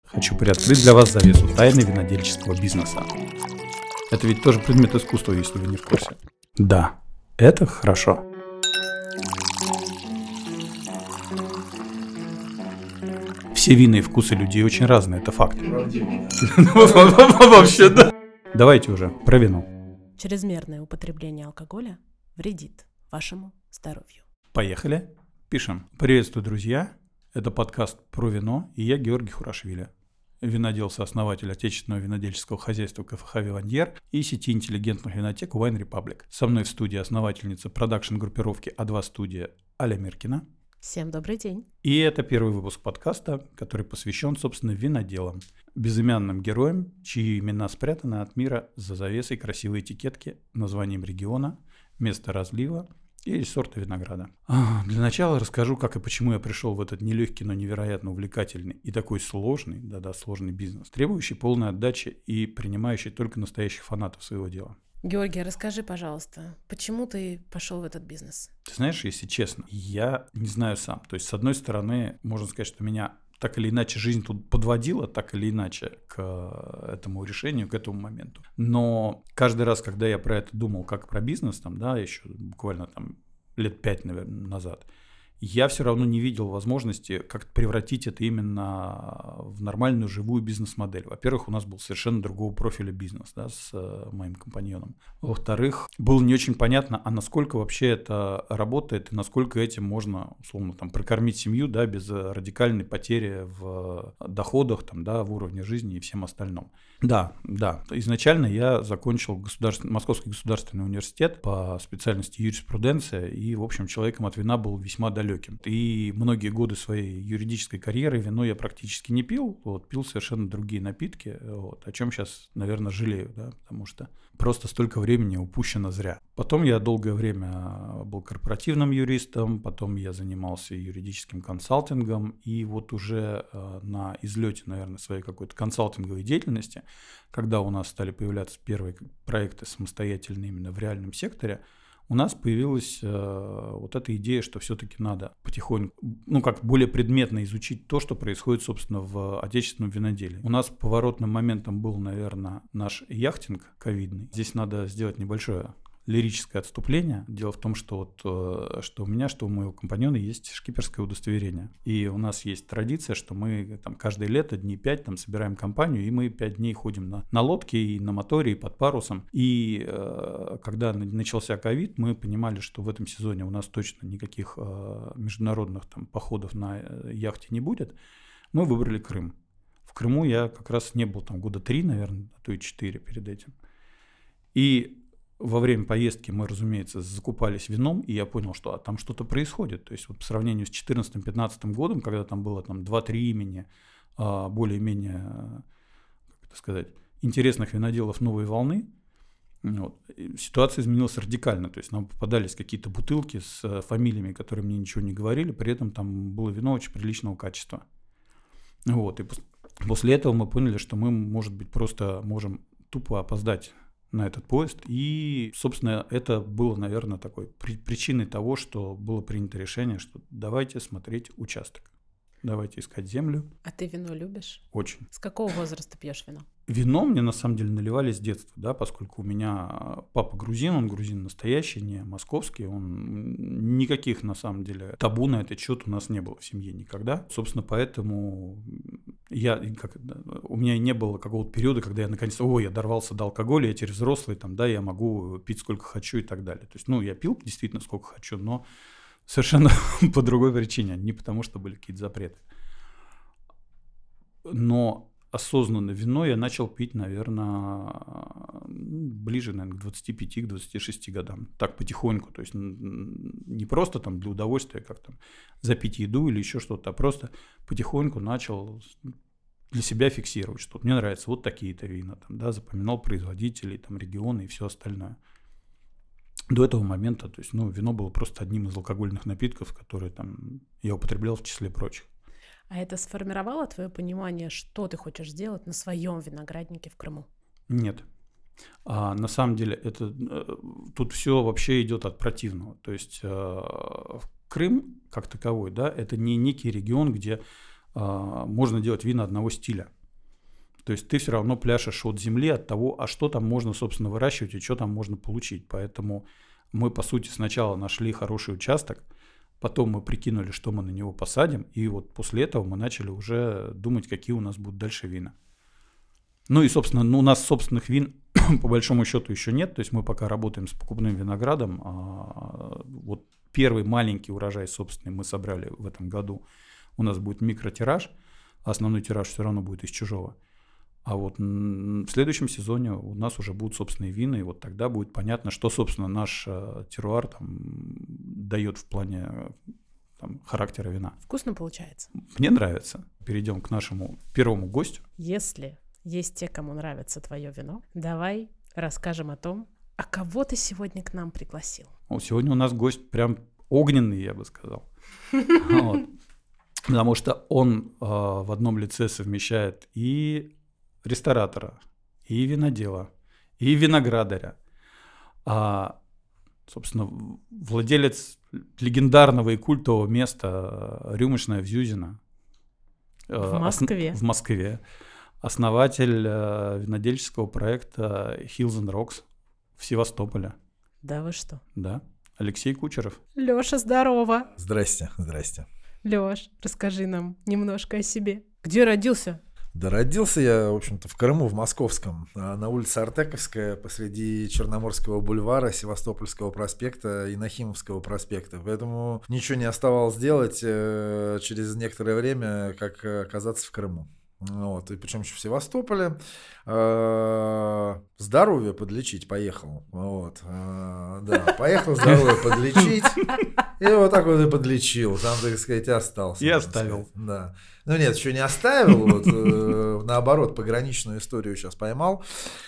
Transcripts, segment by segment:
Хочу приоткрыть для вас завесу тайны винодельческого бизнеса. Это ведь тоже предмет искусства, если вы не в курсе. Да, это хорошо. Все вина и вкусы людей очень разные, это факт. Вообще, да. Давайте уже про вино. Чрезмерное употребление алкоголя вредит вашему здоровью. Поехали, пишем. Приветствую, друзья. Это подкаст про вино, и я Георгий Хурашвили, винодел, сооснователь отечественного винодельческого хозяйства КФХ «Вивандьер» и сети интеллигентных винотек Wine Republic. Со мной в студии основательница продакшн-группировки А2 Студия Аля Миркина. Всем добрый день. И это первый выпуск подкаста, который посвящен, собственно, виноделам, безымянным героям, чьи имена спрятаны от мира за завесой красивой этикетки, названием региона, места разлива и сорта винограда. Для начала расскажу, как и почему я пришел в этот нелегкий, но невероятно увлекательный и такой сложный, сложный бизнес, требующий полной отдачи и принимающий только настоящих фанатов своего дела. Георгий, расскажи, пожалуйста, почему ты пошел в этот бизнес? Ты знаешь, если честно, я не знаю сам. То есть, с одной стороны, можно сказать, что меня так или иначе жизнь тут подводила, так или иначе, к этому решению, к этому моменту. Но каждый раз, когда я про это думал, как про бизнес, еще буквально лет 5, наверное, назад, я все равно не видел возможности как-то превратить это именно в нормальную живую бизнес-модель. Во-первых, у нас был совершенно другого профиля бизнес, с моим компаньоном. Во-вторых, было не очень понятно, а насколько вообще это работает и насколько этим можно, условно, прокормить семью, без радикальной потери в доходах, в уровне жизни и всем остальном. Да. Изначально я закончил Московский государственный университет по специальности юриспруденция, и, в общем, человеком от вина был весьма далеким. И многие годы своей юридической карьеры вино я практически не пил, пил совершенно другие напитки, о чем сейчас, наверное, жалею, потому что просто столько времени упущено зря. Потом я долгое время был корпоративным юристом, потом я занимался юридическим консалтингом, и вот уже на излете, наверное, своей какой-то консалтинговой деятельности, когда у нас стали появляться первые проекты самостоятельные именно в реальном секторе, у нас появилась вот эта идея, что все-таки надо потихоньку, как более предметно изучить то, что происходит, собственно, в отечественном виноделии. У нас поворотным моментом был, наверное, наш яхтинг ковидный. Здесь надо сделать небольшое лирическое отступление. Дело в том, что что у меня, что у моего компаньона есть шкиперское удостоверение. И у нас есть традиция, что мы каждое лето, дней 5, собираем компанию, и мы 5 дней ходим на лодке, и на моторе, и под парусом. И когда начался ковид, мы понимали, что в этом сезоне у нас точно никаких международных походов на яхте не будет. Мы выбрали Крым. В Крыму я как раз не был года 3, наверное, а то и 4 перед этим. И во время поездки мы, разумеется, закупались вином, и я понял, что там что-то происходит. То есть по сравнению с 2014-2015 годом, когда там было 2-3 имени более-менее, интересных виноделов новой волны, ситуация изменилась радикально. То есть нам попадались какие-то бутылки с фамилиями, которые мне ничего не говорили, при этом там было вино очень приличного качества. И после этого мы поняли, что мы, может быть, просто можем тупо опоздать на этот поезд. И, собственно, это было, наверное, такой причиной того, что было принято решение, что давайте смотреть участок, давайте искать землю. А ты вино любишь? Очень. С какого возраста пьешь вино? Вино мне, на самом деле, наливали с детства, поскольку у меня папа грузин, он грузин настоящий, не московский, никаких, на самом деле, табу на этот счет у нас не было в семье никогда. Собственно, поэтому у меня не было какого-то периода, когда я наконец-то, я дорвался до алкоголя, я теперь взрослый, я могу пить сколько хочу и так далее. То есть, я пил действительно сколько хочу, но совершенно по другой причине, не потому что были какие-то запреты. Но осознанно вино я начал пить, наверное, ближе, к 25-26 годам. Так потихоньку. То есть не просто для удовольствия, как запить еду или еще что-то, а просто потихоньку начал для себя фиксировать, что мне нравятся вот такие-то вина. Запоминал производителей, регионы и все остальное. До этого момента, то есть, вино было просто одним из алкогольных напитков, которые я употреблял в числе прочих. А это сформировало твое понимание, что ты хочешь сделать на своем винограднике в Крыму? Нет. На самом деле тут все вообще идет от противного. То есть Крым как таковой, это не некий регион, где можно делать вина одного стиля. То есть ты все равно пляшешь от земли, от того, а что там можно, собственно, выращивать и что там можно получить. Поэтому мы, по сути, сначала нашли хороший участок, потом мы прикинули, что мы на него посадим, и вот после этого мы начали уже думать, какие у нас будут дальше вина. Ну и, собственно, у нас собственных вин по большому счету еще нет, то есть мы пока работаем с покупным виноградом. Вот первый маленький урожай собственный мы собрали в этом году. У нас будет микротираж, а основной тираж все равно будет из чужого. А вот в следующем сезоне у нас уже будут собственные вина, и вот тогда будет понятно, что, собственно, наш теруар там дает в плане там, характера вина. Вкусно получается? Мне нравится. Перейдем к нашему первому гостю. Если есть те, кому нравится твое вино, давай расскажем о том, а кого ты сегодня к нам пригласил. Сегодня у нас гость прям огненный, я бы сказал. Потому что он в одном лице совмещает и ресторатора, и винодела, и виноградаря. Собственно, владелец легендарного и культового места «Рюмочная» в Зюзино. В Москве. В Москве. Основатель винодельческого проекта Hills and Rocks в Севастополе. Да вы что? Да. Алексей Кучеров. Лёша, здорово. Здрасте. Лёш, расскажи нам немножко о себе. Где родился? Да родился я, в общем-то, в Крыму, в Московском, на улице Артековская, посреди Черноморского бульвара, Севастопольского проспекта и Нахимовского проспекта. Поэтому ничего не оставалось делать через некоторое время, как оказаться в Крыму. Вот, и причем еще в Севастополе. Здоровье подлечить поехал. Вот, да, поехал здоровье подлечить. И вот так вот и подлечил. Там, так сказать, и остался. И оставил. Сказать. Да. Ну нет, еще не оставил. Вот, наоборот, пограничную историю сейчас поймал.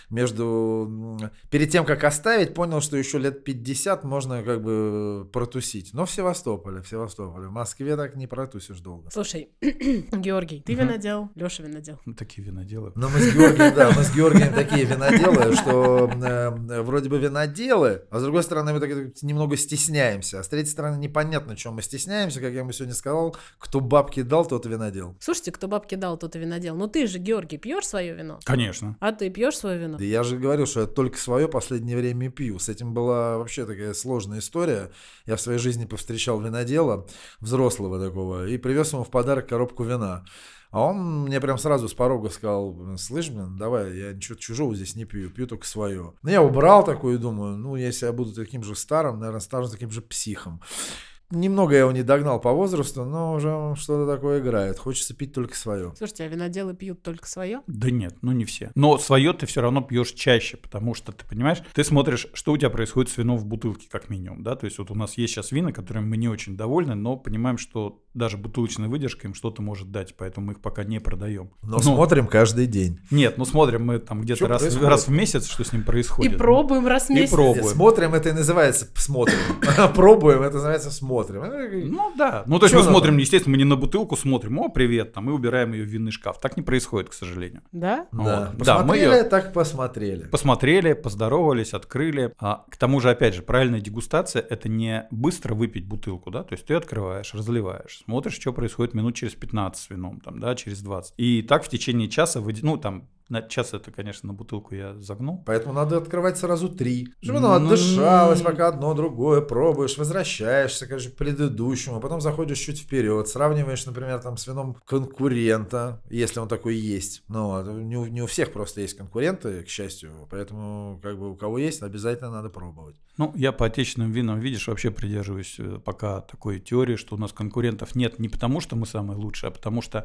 Перед тем, как оставить, понял, что еще лет 50 можно как бы протусить. Но в Севастополе. В Москве так не протусишь долго. Слушай, Георгий, ты винодел, Леша винодел. Такие виноделы. Но мы с Георгием такие виноделы, что вроде бы виноделы, а с другой стороны мы так немного стесняемся. А с третьей стороны непонятно, чем мы стесняемся. Как я ему сегодня сказал, кто бабки дал, тот винодел. Слушайте, кто бабки дал, тот и винодел. Ну ты же, Георгий, пьешь свое вино? Конечно. А ты пьешь свое вино? Да я же говорил, что я только свое последнее время пью. С этим была вообще такая сложная история. Я в своей жизни повстречал винодела, взрослого такого, и привез ему в подарок коробку вина. А он мне прям сразу с порога сказал: слышь, блин, давай, я ничего чужого здесь не пью, пью только свое. Ну, я убрал такое и думаю, ну, если я буду таким же старым, наверное, стану таким же психом. Немного я его не догнал по возрасту, но уже что-то такое играет. Хочется пить только свое. Слушайте, а виноделы пьют только свое? Да нет, ну не все. Но свое ты все равно пьешь чаще, потому что ты понимаешь, ты смотришь, что у тебя происходит с вином в бутылке, как минимум, да, то есть вот у нас есть сейчас вина, которыми мы не очень довольны, но понимаем, что даже бутылочная выдержка им что-то может дать, поэтому мы их пока не продаем. Но смотрим каждый день. Нет, ну смотрим мы там где-то раз в месяц, что с ним происходит. И пробуем раз в месяц. Пробуем. Смотрим, это и называется смотрим. Пробуем, это называется смотрим. Ну да. Ну то есть мы смотрим, естественно, мы не на бутылку смотрим, о, привет, там, и убираем ее в винный шкаф. Так не происходит, к сожалению. Да? Да. Вот. Посмотрели, так посмотрели. Посмотрели, поздоровались, открыли. К тому же, опять же, правильная дегустация — это не быстро выпить бутылку, да, то есть ты открываешь, разливаешь, смотришь, что происходит минут через 15 с вином, там, да, через 20. И так в течение часа, ну там, на час это, конечно, на бутылку я загнул. Поэтому надо открывать сразу 3. Чтобы оно отдышалось, пока одно, другое пробуешь, возвращаешься, конечно, к предыдущему, потом заходишь чуть вперед, сравниваешь, например, там с вином конкурента, если он такой есть. Но не у всех просто есть конкуренты, к счастью, поэтому как бы у кого есть, обязательно надо пробовать. Ну, я по отечественным винам, видишь, вообще придерживаюсь пока такой теории, что у нас конкурентов нет не потому, что мы самые лучшие, а потому что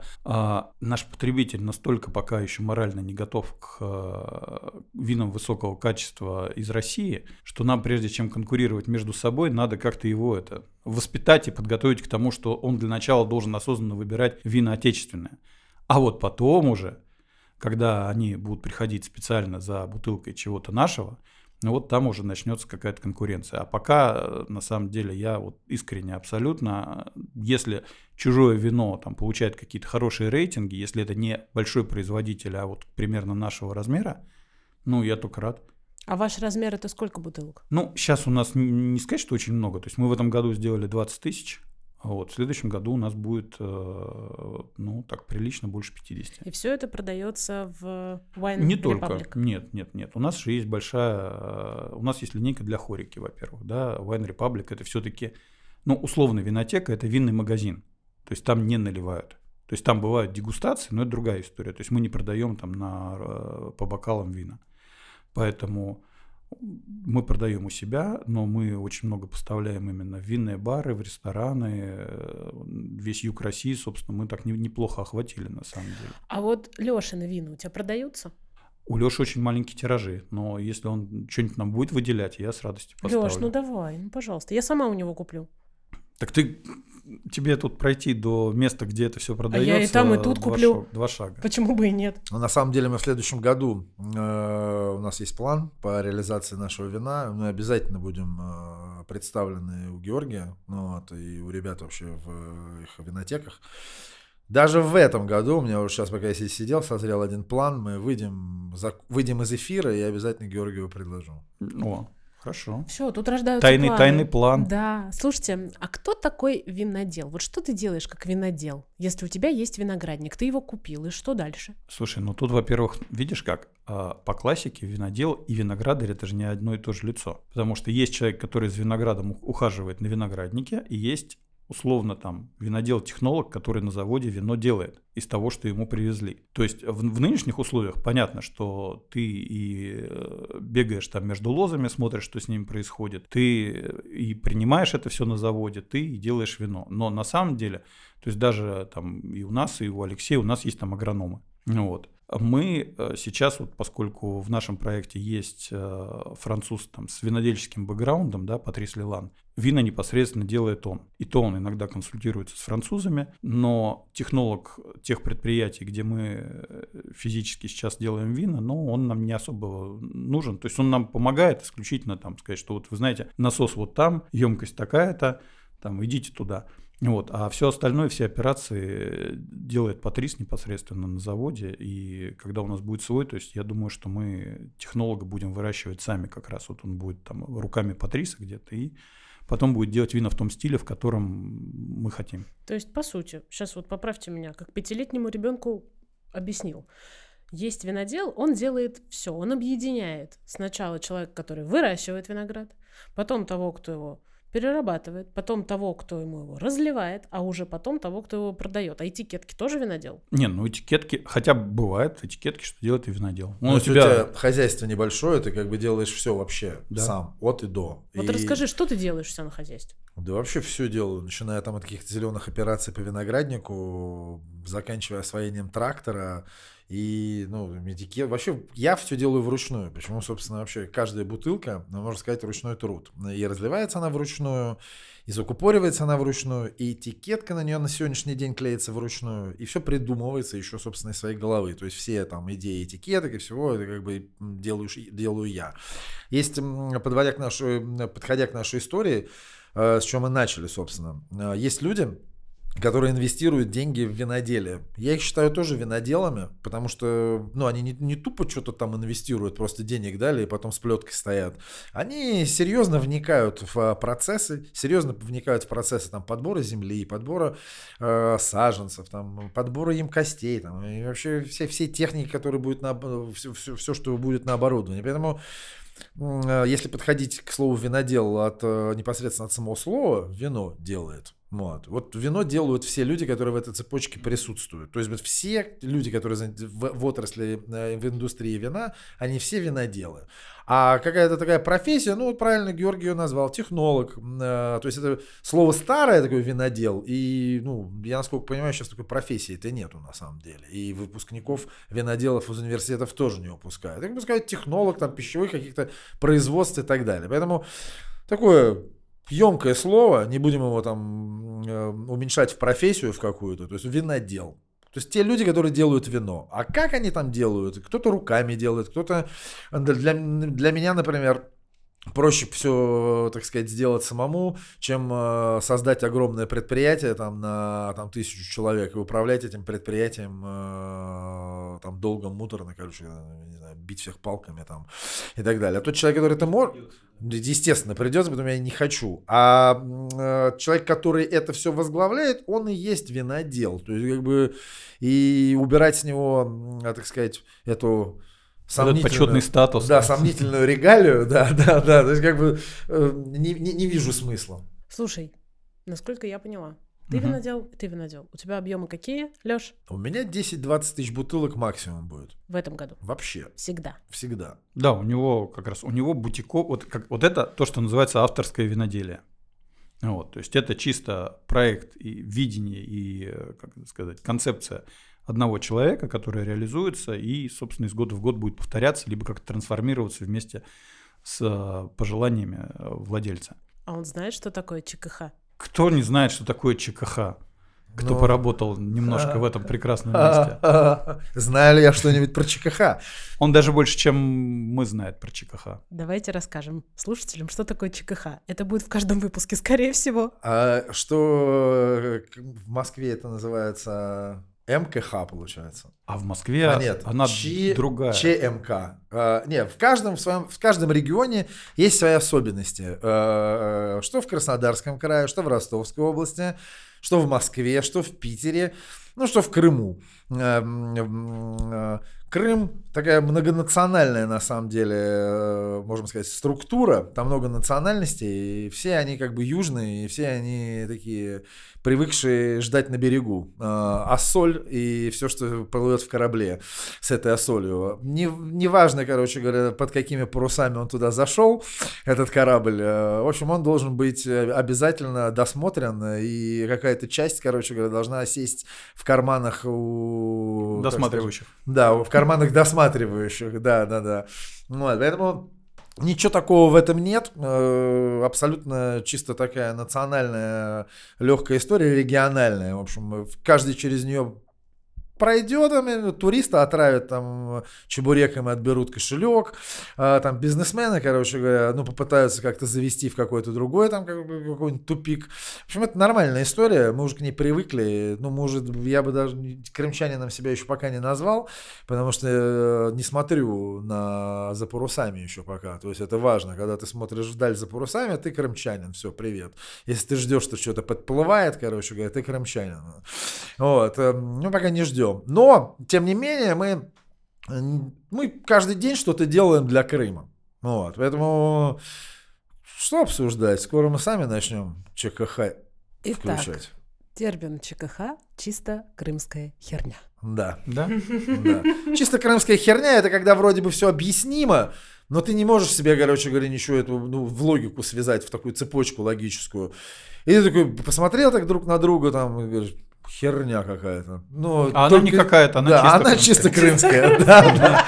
наш потребитель настолько пока еще морально не готов к винам высокого качества из России, что нам, прежде чем конкурировать между собой, надо как-то его воспитать и подготовить к тому, что он для начала должен осознанно выбирать вина отечественные. А вот потом уже, когда они будут приходить специально за бутылкой чего-то нашего, ну вот там уже начнется какая-то конкуренция. А пока, на самом деле, я вот искренне абсолютно, если чужое вино там получает какие-то хорошие рейтинги, если это не большой производитель, а вот примерно нашего размера, ну, я только рад. А ваш размер — это сколько бутылок? Ну, сейчас у нас не сказать, что очень много. То есть мы в этом году сделали 20 тысяч. Вот. В следующем году у нас будет, так прилично, больше 50. И все это продается в Wine Не только. Republic? Нет. У нас же есть у нас есть линейка для хорики, во-первых. Да? Wine Republic — это все-таки, условно, винотека — это винный магазин. То есть там не наливают. То есть там бывают дегустации, но это другая история. То есть мы не продаем там по бокалам вина. Поэтому мы продаем у себя, но мы очень много поставляем именно в винные бары, в рестораны. Весь юг России, собственно, мы так неплохо охватили на самом деле. А вот Лёшины вина у тебя продаются? У Лёши очень маленькие тиражи, но если он что-нибудь нам будет выделять, я с радостью поставлю. Лёш, давай, пожалуйста, я сама у него куплю. Так тебе тут пройти до места, где это все продается. А я и там, и тут куплю. 2 шага. Почему бы и нет? На самом деле мы в следующем году, у нас есть план по реализации нашего вина. Мы обязательно будем представлены у Георгия, и у ребят вообще в их винотеках. Даже в этом году, у меня уже сейчас, пока я здесь сидел, созрел один план. Мы выйдем из эфира, и я обязательно Георгию предложу. Хорошо. Все, тут рождаются планы. Тайный план. Да. Слушайте, а кто такой винодел? Вот что ты делаешь как винодел? Если у тебя есть виноградник, ты его купил, и что дальше? Слушай, тут, во-первых, видишь как, по классике винодел и виноградарь — это же не одно и то же лицо. Потому что есть человек, который с виноградом ухаживает на винограднике, и есть условно там винодел-технолог, который на заводе вино делает из того, что ему привезли. То есть в нынешних условиях понятно, что ты и бегаешь там между лозами, смотришь, что с ними происходит, ты и принимаешь это все на заводе, ты и делаешь вино. Но на самом деле, то есть даже там и у нас, и у Алексея, у нас есть там агрономы. Мы сейчас, поскольку в нашем проекте есть француз там, с винодельческим бэкграундом, да, Патрис Лелан, вина непосредственно делает он. И то он иногда консультируется с французами, но технолог тех предприятий, где мы физически сейчас делаем вина, он нам не особо нужен. То есть он нам помогает исключительно сказать, что вы знаете, насос там, емкость такая-то, идите туда. А все остальное, все операции делает Патрис непосредственно на заводе. И когда у нас будет свой, то есть я думаю, что мы технолога будем выращивать сами как раз. Он будет руками Патриса где-то и потом будет делать вина в том стиле, в котором мы хотим. То есть, по сути, сейчас поправьте меня, как 5-летнему ребенку объяснил. Есть винодел, он делает все, он объединяет сначала человека, который выращивает виноград, потом того, кто его перерабатывает, потом того, кто ему его разливает, а уже потом того, кто его продает. А этикетки тоже винодел? Этикетки, хотя бывают этикетки, что делает и винодел. Если у тебя хозяйство небольшое, ты делаешь все вообще сам, от и до. Расскажи, что ты делаешь все на хозяйстве? Да вообще все делаю, начиная от каких-то зеленых операций по винограднику, заканчивая освоением трактора. И, этикет. Вообще, я все делаю вручную. Почему, собственно, вообще каждая бутылка, можно сказать, ручной труд. И разливается она вручную, и закупоривается она вручную, и этикетка на нее на сегодняшний день клеится вручную, и все придумывается еще, собственно, из своей головы. То есть все идеи этикеток и всего, это делаю я. Есть, подходя к нашей истории, с чего мы начали, собственно, есть люди, которые инвестируют деньги в виноделие. Я их считаю тоже виноделами, потому что они не тупо что-то там инвестируют, просто денег дали и потом с плеткой стоят. Они серьезно вникают в процессы, подбора земли, подбора саженцев, подбора емкостей, и вообще все техники, которые будут все, что будет на оборудовании. Поэтому если подходить к слову винодел непосредственно от самого слова, вино делает. Вино делают все люди, которые в этой цепочке присутствуют. То есть все люди, которые в отрасли, в индустрии вина, они все виноделы. А какая-то такая профессия, правильно Георгий ее назвал, технолог. То есть это слово старое, такой винодел. И, я насколько понимаю, сейчас такой профессии-то нету на самом деле. И выпускников виноделов из университетов тоже не выпускают. Их выпускают технолог, пищевых каких-то производств и так далее. Поэтому такое емкое слово, не будем его уменьшать в профессию в какую-то, то есть винодел. То есть те люди, которые делают вино. А как они там делают? Кто-то руками делает, кто-то... Для меня, например, проще все, так сказать, сделать самому, чем создать огромное предприятие на 1000 человек и управлять этим предприятием долго, муторно, бить всех палками там и так далее. А тот человек, который это может, естественно, придется, потому я не хочу. А человек, который это все возглавляет, он и есть винодел. То есть, как бы, и убирать с него, так сказать, эту почетный статус. Да, сомнительную регалию, да. То есть, как бы, не вижу смысла. Слушай, насколько я поняла, ты винодел. У тебя объемы какие, Лёш? У меня 10-20 тысяч бутылок максимум будет. В этом году? Вообще. Всегда. Да, у него бутико, вот это то, что называется авторское виноделие. Вот, то есть это чисто проект и видение, и, как сказать, концепция одного человека, которая реализуется и, собственно, из года в год будет повторяться, либо как-то трансформироваться вместе с пожеланиями владельца. А он знает, что такое ЧКХ? Кто не знает, что такое ЧКХ? Кто поработал немножко в этом прекрасном месте? Знаю ли я что-нибудь про ЧКХ? Он даже больше, чем мы, знает про ЧКХ. Давайте расскажем слушателям, что такое ЧКХ. Это будет в каждом выпуске, скорее всего. А что в Москве это называется... МКХ, получается. А в Москве нет, она другая. ЧМК. Нет, в каждом регионе есть свои особенности. Что в Краснодарском крае, что в Ростовской области, что в Москве, что в Питере, что в Крыму. Крым такая многонациональная, на самом деле, можно сказать, структура. Там много национальностей, и все они как бы южные, и все они такие привыкшие ждать на берегу. А соль и все, что плывет в корабле с этой осолью. Неважно, короче говоря, под какими парусами он туда зашел, этот корабль. В общем, он должен быть обязательно досмотрен, и какая-то часть, короче говоря, должна сесть в карманах у... Досматривающих. Да, в карманах досматривающих, да. Вот, поэтому ничего такого в этом нет. Абсолютно чисто такая национальная легкая история, региональная. В общем, каждый через нее пройдет, туриста отравят там чебуреком и отберут кошелек, там бизнесмены, короче говоря, попытаются как-то завести в какой-то другой там какой-нибудь тупик. В общем, это нормальная история, мы уже к ней привыкли, я бы даже крымчанином себя еще пока не назвал, потому что не смотрю за парусами еще пока, то есть это важно, когда ты смотришь вдаль за парусами, ты крымчанин, все, привет. Если ты ждешь, что что-то подплывает, короче говоря, ты крымчанин. Вот, пока не ждем. Но, тем не менее, мы каждый день что-то делаем для Крыма. Вот, поэтому что обсуждать? Скоро мы сами начнем ЧКХ включать. Итак, термин ЧКХ – чисто крымская херня. Да. Чисто крымская херня – это когда вроде бы все объяснимо, но ты не можешь себе, короче говоря, ничего эту в логику связать, в такую цепочку логическую. И ты такой посмотрел так друг на друга там и говоришь, херня какая-то. Она не какая-то, она чисто крымская. Да.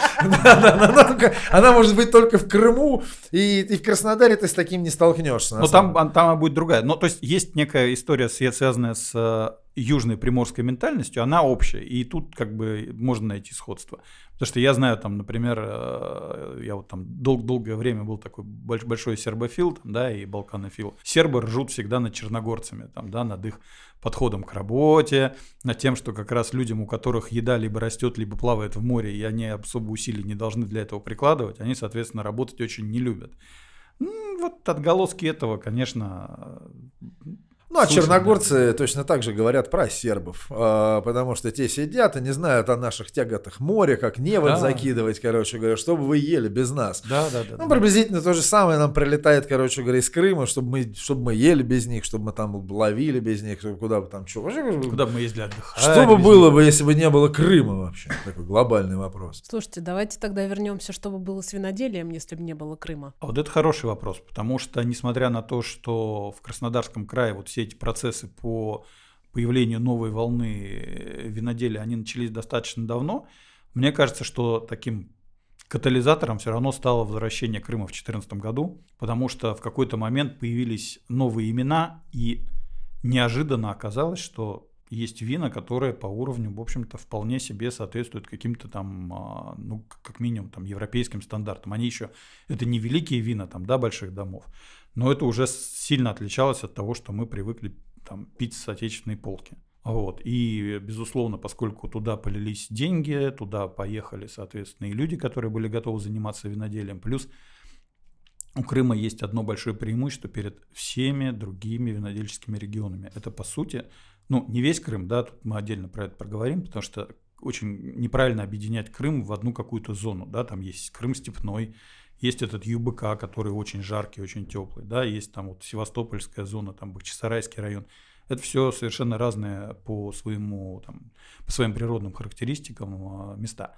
Она может быть только в Крыму, и в Краснодаре ты с таким не столкнешься. Но там будет другая. То есть есть некая история, связанная с южной приморской ментальностью, она общая, и тут как бы можно найти сходство. Потому что я знаю, там, например, я вот там долгое время был такой большой сербофил, там, да, и балканофил. Сербы ржут всегда над черногорцами, там, да, над их подходом к работе, над тем, что как раз людям, у которых еда либо растет, либо плавает в море, и они особо усилий не должны для этого прикладывать, они, соответственно, работать очень не любят. Вот отголоски этого, конечно... А черногорцы точно так же говорят про сербов, потому что те сидят и не знают о наших тяготах моря, как невод закидывать, короче говоря, чтобы вы ели без нас. Да. Приблизительно то же самое нам прилетает, короче говоря, из Крыма, чтобы мы ели без них, чтобы мы там ловили без них, куда бы там что. Куда бы мы ездили отдыхать. Что бы было бы, если бы не было Крыма вообще? Такой глобальный вопрос. Слушайте, давайте тогда вернемся, что бы было с виноделием, если бы не было Крыма. А вот это хороший вопрос, потому что, несмотря на то, что в Краснодарском крае вот все эти процессы по появлению новой волны виноделия, они начались достаточно давно, мне кажется, что таким катализатором все равно стало возвращение Крыма в 2014 году, потому что в какой-то момент появились новые имена, и неожиданно оказалось, что есть вина, которые по уровню, в общем-то, вполне себе соответствуют каким-то там, как минимум, там, европейским стандартам. Они еще, это не великие вина, там, да, больших домов, но это уже сильно отличалось от того, что мы привыкли там пить с отечественной полки. Вот. И, безусловно, поскольку туда полились деньги, туда поехали, соответственно, и люди, которые были готовы заниматься виноделием. Плюс у Крыма есть одно большое преимущество перед всеми другими винодельческими регионами. Это, по сути, не весь Крым, да, тут мы отдельно про это проговорим, потому что очень неправильно объединять Крым в одну какую-то зону, да, там есть Крым степной, есть этот ЮБК, который очень жаркий, очень теплый, да, есть там вот Севастопольская зона, там Бахчисарайский район. Это все совершенно разные по своим природным характеристикам места.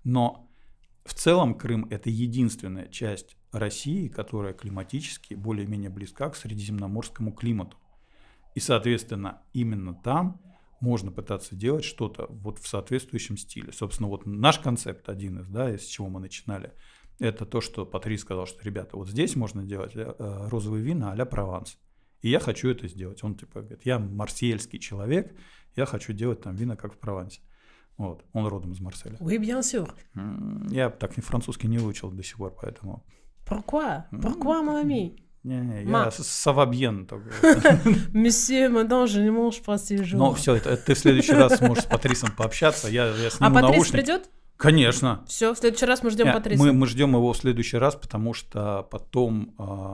Но в целом Крым – это единственная часть России, которая климатически более-менее близка к средиземноморскому климату. И, соответственно, именно там можно пытаться делать что-то вот в соответствующем стиле. Собственно, вот наш концепт один из, да, с чего мы начинали, это то, что Патрис сказал, что, ребята, вот здесь можно делать розовые вина а-ля Прованс. И я хочу это сделать. Он говорит, я марсельский человек, я хочу делать там вина, как в Провансе. Вот. Он родом из Марселя. Oui, bien sûr. Я так французский не выучил до сих пор, поэтому... Pourquoi? Pourquoi, mon ami? Я савабьен только. Monsieur, maintenant, je ne mange pas ces jours. Но все, это ты в следующий раз сможешь с Патрисом пообщаться. Я сниму Патрис наушник. придет? Конечно. Все, в следующий раз мы ждем Патриса. Мы ждем его в следующий раз, потому что потом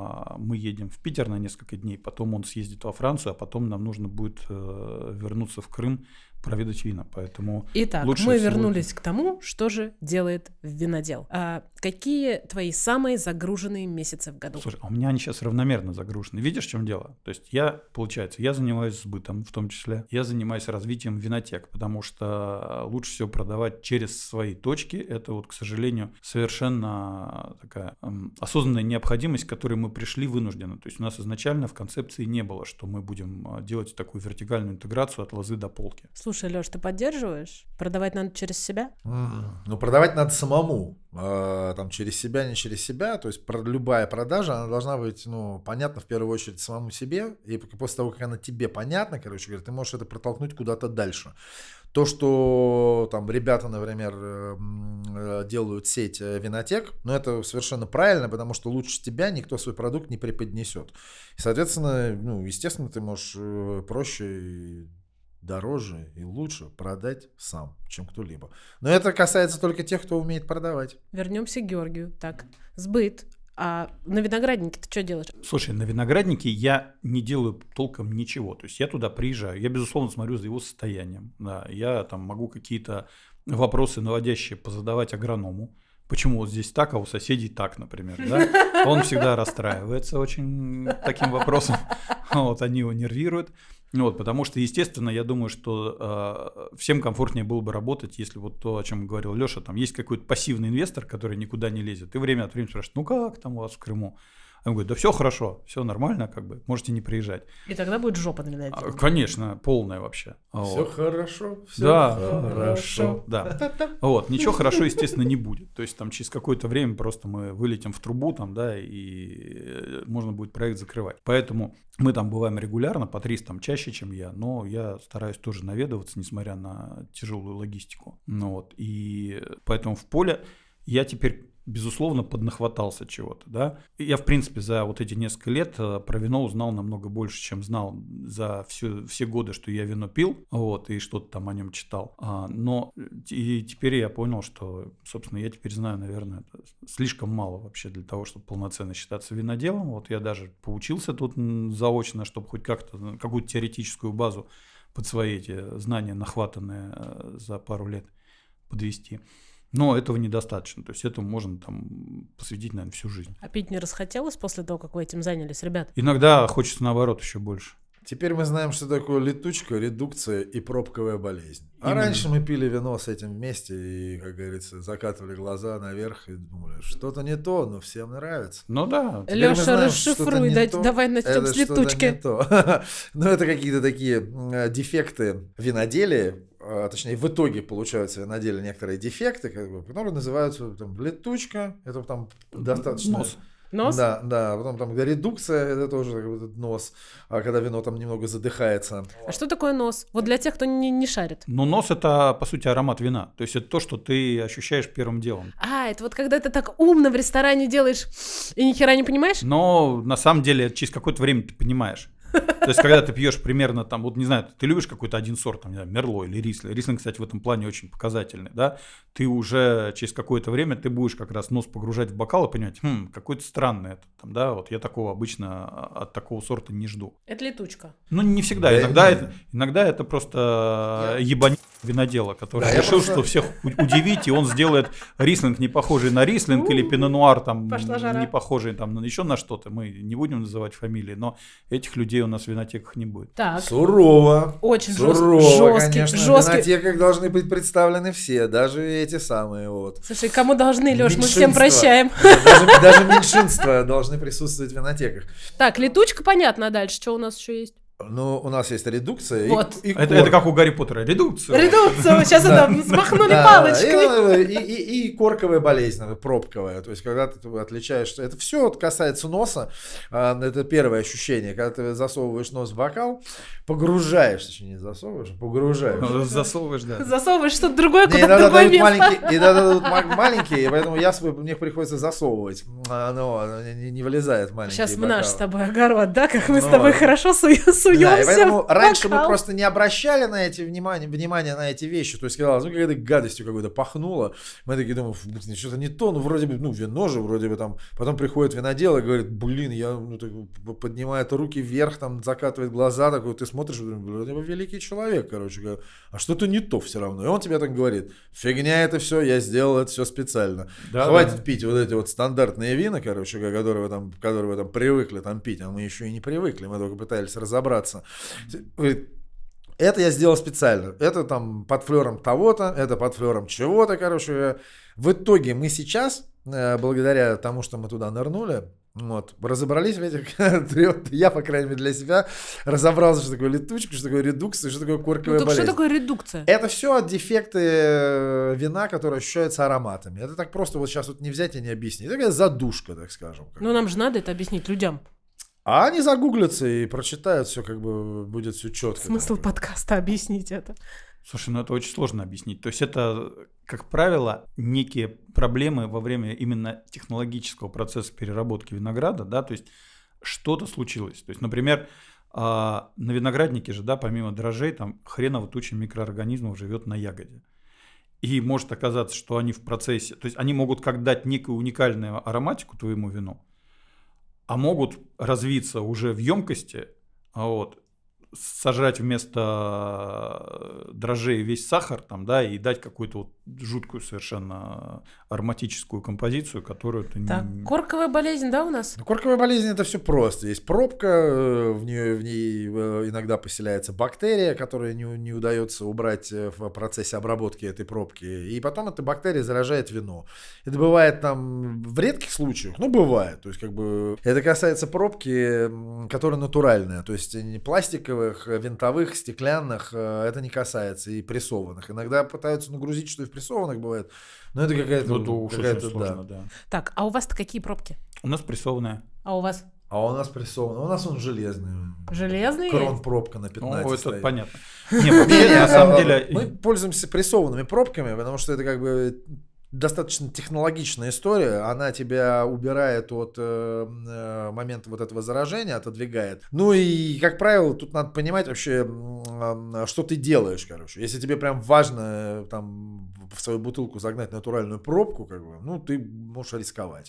мы едем в Питер на несколько дней, потом он съездит во Францию, а потом нам нужно будет вернуться в Крым, проведать вина. Поэтому итак, мы вернулись к тому, что же делает винодел. Какие твои самые загруженные месяцы в году? Слушай, у меня они сейчас равномерно загружены. Видишь, в чем дело? То есть я занимаюсь сбытом, в том числе. Я занимаюсь развитием винотек, потому что лучше всего продавать через свои точки. Это вот, к сожалению, совершенно такая осознанная необходимость, к которой мы пришли вынужденно. То есть у нас изначально в концепции не было, что мы будем делать такую вертикальную интеграцию от лозы до полки. Слушай, Лёш, ты поддерживаешь? Продавать надо через себя? Продавать надо самому. Там через себя, не через себя. То есть любая продажа, она должна быть, понятна в первую очередь самому себе. И после того, как она тебе понятна, ты можешь это протолкнуть куда-то дальше. То, что там ребята, например, делают сеть винотек, это совершенно правильно, потому что лучше тебя никто свой продукт не преподнесет. И, соответственно, естественно, ты можешь проще, дороже и лучше продать сам, чем кто-либо. Но это касается только тех, кто умеет продавать. Вернемся к Георгию. Так, сбыт. А на винограднике ты что делаешь? Слушай, на винограднике я не делаю толком ничего. То есть я туда приезжаю, я, безусловно, смотрю за его состоянием. Да, я там могу какие-то вопросы наводящие позадавать агроному. Почему вот здесь так, а у соседей так, например. Да? Он всегда расстраивается очень таким вопросом. Они его нервируют. Потому что, естественно, я думаю, что всем комфортнее было бы работать, если вот то, о чем говорил Леша, там есть какой-то пассивный инвестор, который никуда не лезет, и время от времени спрашивает, как там у вас в Крыму? Он говорит, да все хорошо, все нормально, можете не приезжать. И тогда будет жопа на виноделе. Конечно, полная вообще. Все хорошо, все хорошо. Да. Ничего хорошо, естественно, не будет. То есть там через какое-то время просто мы вылетим в трубу, и можно будет проект закрывать. Поэтому мы там бываем регулярно, Патрис там чаще, чем я, но я стараюсь тоже наведываться, несмотря на тяжелую логистику. И поэтому в поле я теперь, безусловно, поднахватался чего-то, да. Я, в принципе, за вот эти несколько лет про вино узнал намного больше, чем знал за все годы, что я вино пил, и что-то там о нем читал. Но и теперь я понял, что, собственно, я теперь знаю, наверное, это слишком мало вообще для того, чтобы полноценно считаться виноделом. Я даже поучился тут заочно, чтобы хоть как-то какую-то теоретическую базу под свои эти знания, нахватанные за пару лет, подвести. Но этого недостаточно. То есть этому можно посвятить, наверное, всю жизнь. А пить не расхотелось после того, как вы этим занялись, ребят? Иногда хочется, наоборот, еще больше. Теперь мы знаем, что такое летучка, редукция и пробковая болезнь. А раньше мы пили вино с этим вместе и, как говорится, закатывали глаза наверх и думали, что-то не то, но всем нравится. Да. Леша, расшифруй, давай начнем с летучки. Это какие-то такие дефекты виноделия, точнее, в итоге получаются виноделия некоторые дефекты, которые называются летучка, это там достаточно... Нос? Да, потом редукция, это тоже этот нос, когда вино там немного задыхается. А что такое нос? Вот для тех, кто не шарит. Нос — это, по сути, аромат вина. То есть это то, что ты ощущаешь первым делом. Это вот когда ты так умно в ресторане делаешь и ни хера не понимаешь? Но на самом деле через какое-то время ты понимаешь. То есть, когда ты пьешь примерно там, вот не знаю, ты любишь какой-то один сорт, там, не знаю, Мерло или Рислинг. Рислинг, кстати, в этом плане очень показательный, да. Ты уже через какое-то время ты будешь как раз нос погружать в бокал и понимать, какой-то странный это, там, да, вот я такого обычно от такого сорта не жду. Это летучка. Ну, не всегда. Иногда это просто ебань винодела, который решил, что всех удивить, и он сделает рислинг, не похожий на рислинг, или пино-нуар, там, не похожий там, еще на что-то. Мы не будем называть фамилии, но этих людей у нас в винотеках не будет. Так. Сурово. Очень сурово, конечно. жесткий. В винотеках должны быть представлены все, даже эти самые вот. Слушай, кому должны, Лёш, мы всем прощаем. Даже меньшинства должны присутствовать в винотеках. Так, летучка, понятно, а дальше что у нас еще есть? Ну, у нас есть редукция. Вот. Это как у Гарри Поттера. Редукция. Редукция. Сейчас это смахнули палочкой. И корковая болезнь, пробковая. То есть, когда ты отличаешь... Это все вот касается носа. Это первое ощущение. Когда ты засовываешь нос в бокал, погружаешь, точнее, не засовываешь, а погружаешь. Засовываешь, да. Засовываешь что-то другое, куда-то другое место. И иногда дают маленькие, поэтому мне приходится засовывать. Оно не влезает в маленькие Сейчас бокалы. наш с тобой огород, да? Как мы с тобой хорошо суемся. Да, и поэтому раньше мы просто не обращали на эти внимания на эти вещи. То есть, когда какая-то гадостью какой-то пахнуло, мы такие думаем, что-то не то, вроде бы, вино же, вроде бы там. Потом приходит винодел и говорит, я поднимает руки вверх, там, закатывает глаза, такой, ты смотришь, вроде бы великий человек, короче, а что-то не то все равно. И он тебе так говорит, фигня это все, я сделал это все специально. Да, хватит пить вот эти вот стандартные вина, короче, которые вы там привыкли там пить, а мы еще и не привыкли, мы только пытались разобраться. Это я сделал специально. Это там под флером того-то, это под флером чего-то, короче. В итоге мы сейчас, благодаря тому, что мы туда нырнули, разобрались в этих я, по крайней мере, для себя разобрался, что такое летучка, что такое редукция, что такое корковая болезнь. Что такое редукция? Это все дефекты вина, которые ощущаются ароматами. Это так просто вот сейчас вот не взять и не объяснить. Это такая задушка, так скажем. Ну, нам же надо это объяснить людям. А они загуглятся и прочитают все, будет все четко. Смысл подкаста объяснить это. Слушай, это очень сложно объяснить. То есть это, как правило, некие проблемы во время именно технологического процесса переработки винограда, да, то есть что-то случилось. То есть, например, на винограднике же, да, помимо дрожжей, там хреново туча микроорганизмов живет на ягоде. И может оказаться, что они в процессе, то есть они могут как дать некую уникальную ароматику твоему вину, а могут развиться уже в емкости, сажать вместо дрожжей весь сахар там, да, и дать какую-то вот жуткую совершенно ароматическую композицию, которую ты так, корковая болезнь, да, у нас? Корковая болезнь — это все просто. Есть пробка, в ней иногда поселяется бактерия, которую не удается убрать в процессе обработки этой пробки, и потом эта бактерия заражает вино. Это бывает там в редких случаях, бывает. То есть это касается пробки, которая натуральная, то есть не пластиковая, винтовых, стеклянных, это не касается, и прессованных. Иногда пытаются нагрузить, что и в прессованных бывает, но это какая-то сложно, да. Так, а у вас-то какие пробки? У нас прессованная. А у вас? А у нас прессованная. У нас он железный. Железный? Крон-пробка на 15 это стоит. понятно. На самом деле... Мы пользуемся прессованными пробками, потому что это достаточно технологичная история, она тебя убирает от момента вот этого заражения, отодвигает. Ну и, как правило, тут надо понимать вообще, что ты делаешь, короче. Если тебе прям важно там в свою бутылку загнать натуральную пробку, ты можешь рисковать.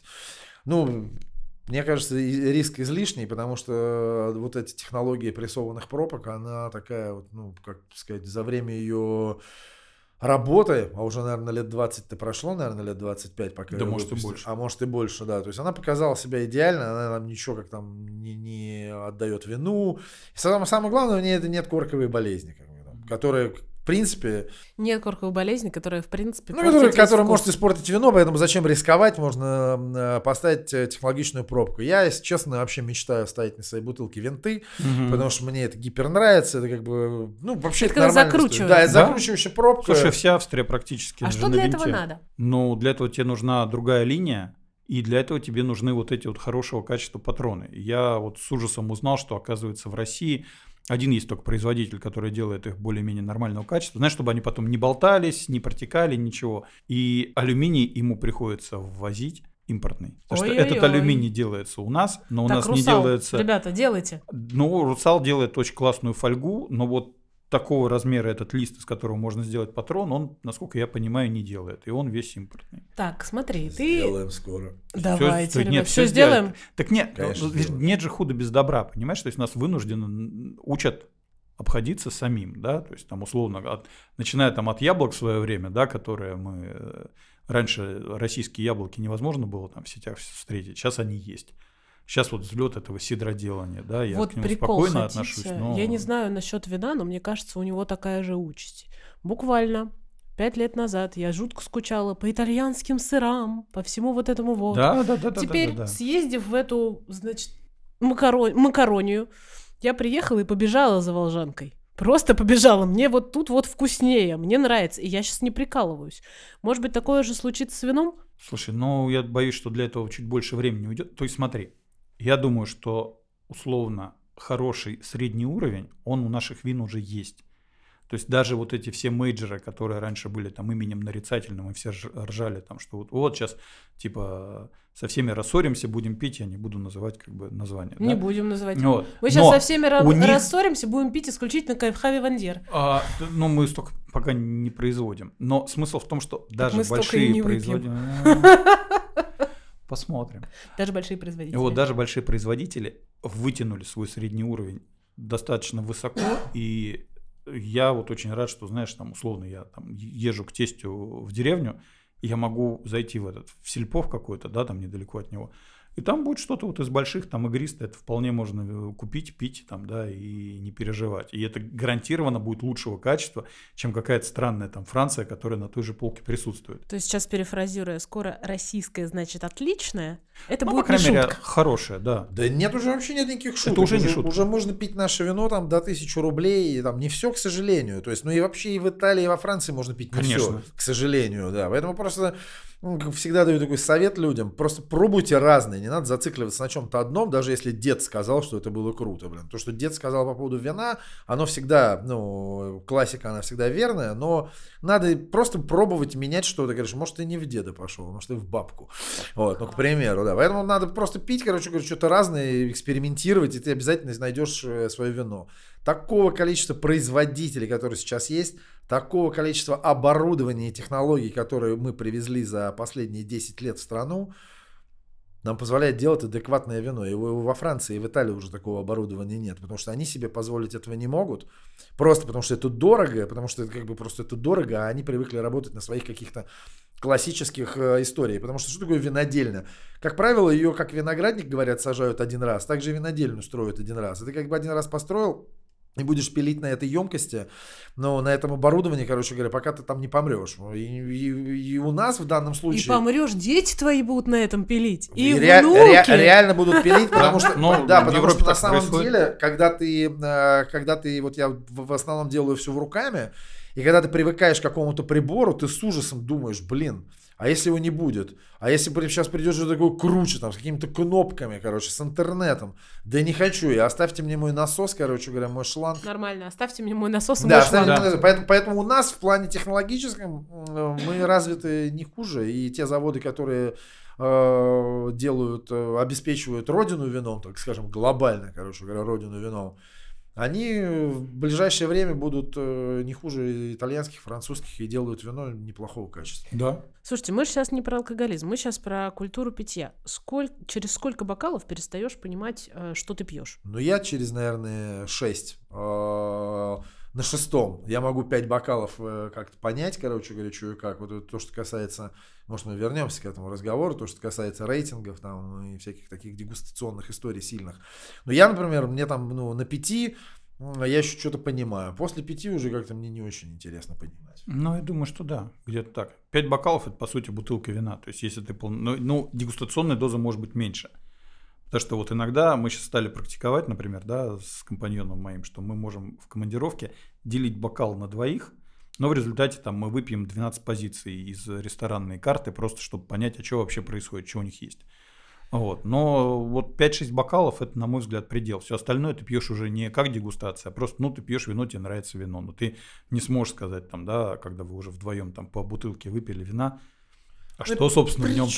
Мне кажется, риск излишний, потому что вот эти технологии прессованных пробок, она такая, как сказать, за время ее работы, а уже, наверное, лет 20-то прошло, наверное, лет 25, пока... Да, может, и больше. А может, и больше, да. То есть она показала себя идеально, она нам ничего не отдает вину. И самое главное, в ней это нет корковой болезни, которая... В принципе... Нет корковой болезни, которая, в принципе, которая может испортить вино, поэтому зачем рисковать, можно поставить технологичную пробку. Я, если честно, вообще мечтаю ставить на своей бутылке винты, потому что мне это гипер нравится, это вообще это нормально. Да, это закручивающая пробка. Слушай, вся Австрия практически А что для этого надо? Для этого тебе нужна другая линия, и для этого тебе нужны вот эти вот хорошего качества патроны. Я с ужасом узнал, что, оказывается, в России... Один есть только производитель, который делает их более-менее нормального качества. Знаешь, чтобы они потом не болтались, не протекали, ничего. И алюминий ему приходится ввозить. импортный. Потому что Ой-ой-ой. этот алюминий делается у нас, но у Так, нас не «Русал», делается... ребята, делайте. Ну, «Русал» делает очень классную фольгу, но вот такого размера этот лист, из которого можно сделать патрон, он, насколько я понимаю, не делает. И он весь импортный. Так, смотри, ты... Сделаем скоро. Давайте, ребят, нет, все сделаем. Так нет, Конечно, сделаем. нет же худа без добра, понимаешь? То есть нас вынужденно учат обходиться самим, да, то есть там условно, начиная там от яблок в свое время, да, которые мы... Раньше российские яблоки невозможно было там в сетях встретить, сейчас они есть. Сейчас вот взлет этого сидроделания, да, я Вот к нему прикол, спокойно хотите? отношусь. Но... Я не знаю насчет вина, но мне кажется, у него такая же участь. Буквально 5 лет назад я жутко скучала по итальянским сырам, по всему вот этому вот. Да. Теперь, съездив в эту, значит, макаронию, я приехала и побежала за волжанкой. Просто побежала. Мне вот тут вот вкуснее, мне нравится. И я сейчас не прикалываюсь. Может быть, такое же случится с вином? Слушай, ну я боюсь, что для этого чуть больше времени уйдет. То есть смотри, я думаю, что условно хороший средний уровень, он у наших вин уже есть. То есть даже вот эти все мейджеры, которые раньше были там именем нарицательным, и все ржали там, что вот сейчас типа со всеми рассоримся, будем пить, я не буду называть как бы название. Не да? будем называть. Вот. Мы сейчас Но со всеми у них- рассоримся, будем пить исключительно Кайфхави Вандер. Ну, мы столько пока не производим. Но смысл в том, что даже мы столько и большие не выпьем. производители... Посмотрим. Даже большие производители. Вот даже большие производители вытянули свой средний уровень достаточно высоко, и я вот очень рад, что, знаешь, там условно я там езжу к тестю в деревню, и я могу зайти в Сельпов какой-то, да, там недалеко от него, и там будет что-то вот из больших, там игристое, это вполне можно купить, пить там, да, и не переживать. И это гарантированно будет лучшего качества, чем какая-то странная там Франция, которая на той же полке присутствует. То есть сейчас, перефразируя, скоро российское значит отличное, это Ну, будет по крайней не мере, шутка. хорошая, да. Да нет, уже вообще нет никаких шуток. Это уже не шутка. Уже можно пить наше вино там до 1000 рублей, и, там не все, к сожалению. То есть, ну и вообще и в Италии, и во Франции можно пить не Конечно. все, к сожалению, да. Поэтому просто, как всегда даю такой совет людям, просто пробуйте разные, не надо зацикливаться на чем-то одном, даже если дед сказал, что это было круто, блин. То, что дед сказал по поводу вина, оно всегда, ну, классика, она всегда верная, но надо просто пробовать менять что-то, говоришь, может, ты не в деда пошел, может, ты в бабку. Вот, ну, к примеру, да. Поэтому надо просто пить, короче говоря, что-то разное, экспериментировать, и ты обязательно найдешь свое вино. Такого количества производителей, которые сейчас есть, такого количества оборудования и технологий, которые мы привезли за последние 10 лет в страну, нам позволяет делать адекватное вино. И во Франции и в Италии уже такого оборудования нет, потому что они себе позволить этого не могут, просто потому что это дорого, потому что это как бы просто это дорого, а они привыкли работать на своих каких-то классических историях. Потому что такое винодельня? Как правило, ее, как виноградник, говорят, сажают один раз, так же и винодельню строят один раз. И ты как бы один раз построил, и будешь пилить на этой емкости, но на этом оборудовании, короче говоря, пока ты там не помрешь. И у нас в данном случае... И помрешь, дети твои будут на этом пилить. И внуки. внуки. Реально будут пилить, потому что, да, в потому Европе что на так самом происходит. деле, когда ты, вот я в основном делаю все руками, и когда ты привыкаешь к какому-то прибору, ты с ужасом думаешь, блин, а если его не будет? А если сейчас придет же такой круче, там, с какими-то кнопками, короче, с интернетом? Да не хочу я. Оставьте мне мой насос, короче говоря, мой шланг. Нормально, оставьте мне мой насос и Да, мой шланг. оставьте мне насос. Поэтому у нас в плане технологическом мы развиты не хуже. И те заводы, которые делают, обеспечивают родину вином, так скажем, глобально, короче говоря, родину вином, они в ближайшее время будут не хуже итальянских, французских и делают вино неплохого качества. Да. Слушайте, мы сейчас не про алкоголизм, мы сейчас про культуру питья. Через сколько бокалов перестаешь понимать, что ты пьешь? Ну, я через, наверное, 6. На 6-м я могу 5 бокалов как-то понять, короче говоря, что и как. Вот это то, что касается, может, мы вернемся к этому разговору, то, что касается рейтингов там и всяких таких дегустационных историй сильных. Но я, например, мне там, ну, на 5 я еще что-то понимаю. После 5 уже как-то мне не очень интересно понимать. Ну, я думаю, что да, где-то так. 5 бокалов – это, по сути, бутылка вина. То есть, если ты ну, дегустационная доза может быть меньше. Потому что вот иногда мы сейчас стали практиковать, например, да, с компаньоном моим, что мы можем в командировке делить бокал на двоих, но в результате там мы выпьем 12 позиций из ресторанной карты, просто чтобы понять, а что вообще происходит, что у них есть. Вот. Но вот 5-6 бокалов – это, на мой взгляд, предел. Все остальное ты пьешь уже не как дегустация, а просто, ну, ты пьешь вино, тебе нравится вино. Но ты не сможешь сказать, там, да, когда вы уже вдвоем там по бутылке выпили вина, а что, собственно, в нем там, да.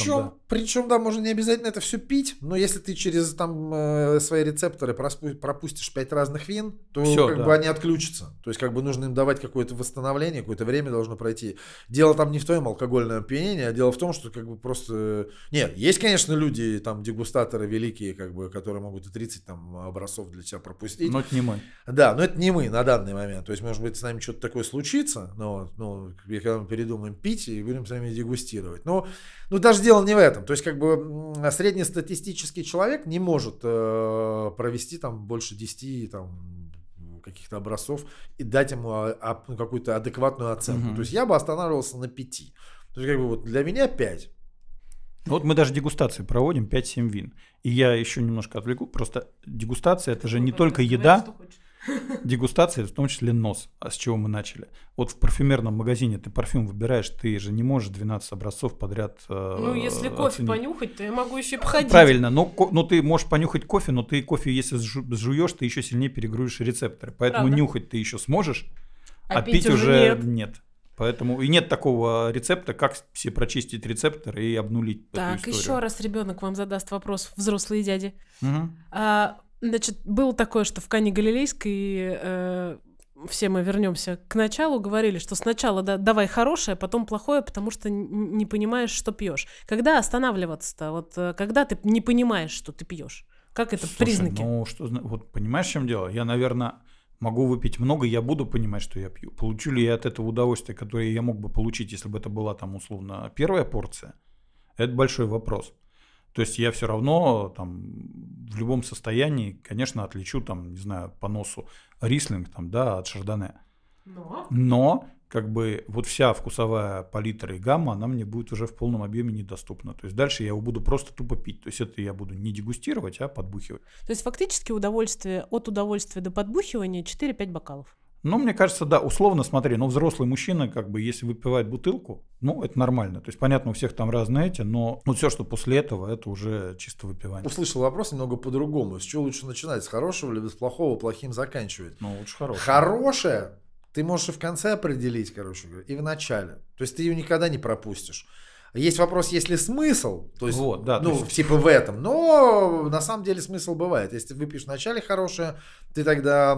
Причем, да, можно не обязательно это все пить, но если ты через там свои рецепторы пропустишь 5 разных вин, то Всё, как да. бы они отключатся. То есть как бы нужно им давать какое-то восстановление, какое-то время должно пройти. Дело там не в твоем алкогольном опьянении, а дело в том, что как бы просто... Нет, есть, конечно, люди, там, дегустаторы великие, как бы, которые могут и 30 там образцов для себя пропустить. Но это не мы. Да, но это не мы на данный момент. То есть, может быть, с нами что-то такое случится, но когда мы передумаем пить и будем с вами дегустировать. Но даже дело не в этом. То есть, как бы среднестатистический человек не может провести там больше 10 там, каких-то образцов и дать ему какую-то адекватную оценку. То есть, я бы останавливался на 5. То есть, как бы вот для меня 5. Вот мы даже дегустации проводим 5-7 вин. И я еще немножко отвлеку. Просто дегустация это же не только еда. Дегустация это в том числе нос, с чего мы начали. Вот в парфюмерном магазине ты парфюм выбираешь, ты же не можешь 12 образцов подряд если кофе оценить. понюхать, то я могу еще и походить. Правильно, но ты можешь понюхать кофе, но ты кофе, если сжуешь, ты еще сильнее перегрузишь рецепторы. Поэтому Правда. нюхать ты еще сможешь, А пить пить уже уже нет. нет. Поэтому и нет такого рецепта, как все прочистить рецепторы и обнулить Так, эту еще историю. раз ребенок вам задаст вопрос, взрослые дяди. Мгм. Значит, было такое, что в Кане Галилейской все мы вернемся к началу, говорили, что сначала давай хорошее, потом плохое, потому что не понимаешь, что пьешь. Когда останавливаться-то? Вот когда ты не понимаешь, что ты пьешь? Как это Слушай, признаки? Вот понимаешь, в чем дело? Я, наверное, могу выпить много, я буду понимать, что я пью. Получу ли я от этого удовольствие, которое я мог бы получить, если бы это была там условно первая порция? Это большой вопрос. То есть я все равно там в любом состоянии, конечно, отличу там, не знаю, по носу рислинг там, да, от шардоне. Но как бы вот вся вкусовая палитра и гамма, она мне будет уже в полном объеме недоступна. То есть дальше я его буду просто тупо пить. То есть это я буду не дегустировать, а подбухивать. То есть фактически от удовольствия до подбухивания 4-5 бокалов. Ну, мне кажется, да, условно, смотри, взрослый мужчина, как бы, если выпивает бутылку, это нормально. То есть, понятно, у всех там разные но все, что после этого, это уже чисто выпивание. Услышал вопрос немного по-другому. С чего лучше начинать? С хорошего или с плохого, плохим заканчивать? Лучше хорошее. Хорошее ты можешь и в конце определить, короче говоря, и в начале. То есть ты ее никогда не пропустишь. Есть вопрос, есть ли смысл, то есть, Вот, да, то есть... типа в этом, но на самом деле смысл бывает. Если ты выпьешь вначале хорошее, ты тогда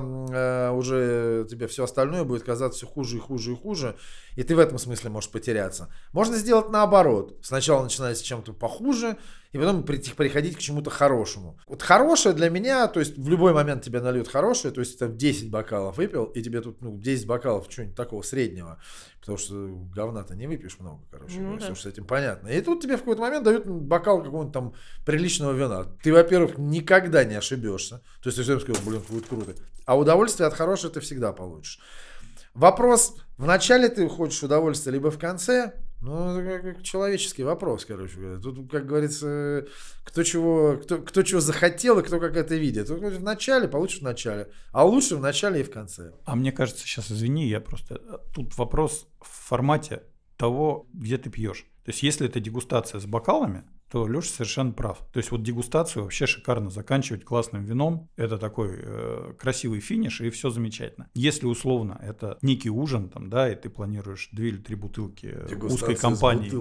уже тебе все остальное будет казаться все хуже и хуже и хуже, и ты в этом смысле можешь потеряться. Можно сделать наоборот. Сначала начинать с чем-то похуже, и потом приходить к чему-то хорошему. Вот хорошее для меня, то есть в любой момент тебе нальют хорошее, то есть ты 10 бокалов выпил, и тебе тут 10 бокалов чего-нибудь такого среднего, потому что говна-то не выпьешь много, короче, все с этим понятно. И тут тебе в какой-то момент дают бокал какого-нибудь там приличного вина. Ты, во-первых, никогда не ошибешься, то есть ты всем скажешь, блин, будет круто, а удовольствие от хорошего ты всегда получишь. Вопрос, в начале ты хочешь удовольствие, либо в конце, это как человеческий вопрос, короче говоря. Тут, как говорится, кто чего захотел и кто как это видит. Тут в начале получишь в начале, а лучше в начале и в конце. А мне кажется, сейчас, извини, я просто... Тут вопрос в формате того, где ты пьешь. То есть, если это дегустация с бокалами, то Леша совершенно прав. То есть, вот дегустацию вообще шикарно заканчивать классным вином. Это такой красивый финиш, и все замечательно. Если условно это некий ужин, там, да, и ты планируешь 2 или 3 бутылки узкой компании,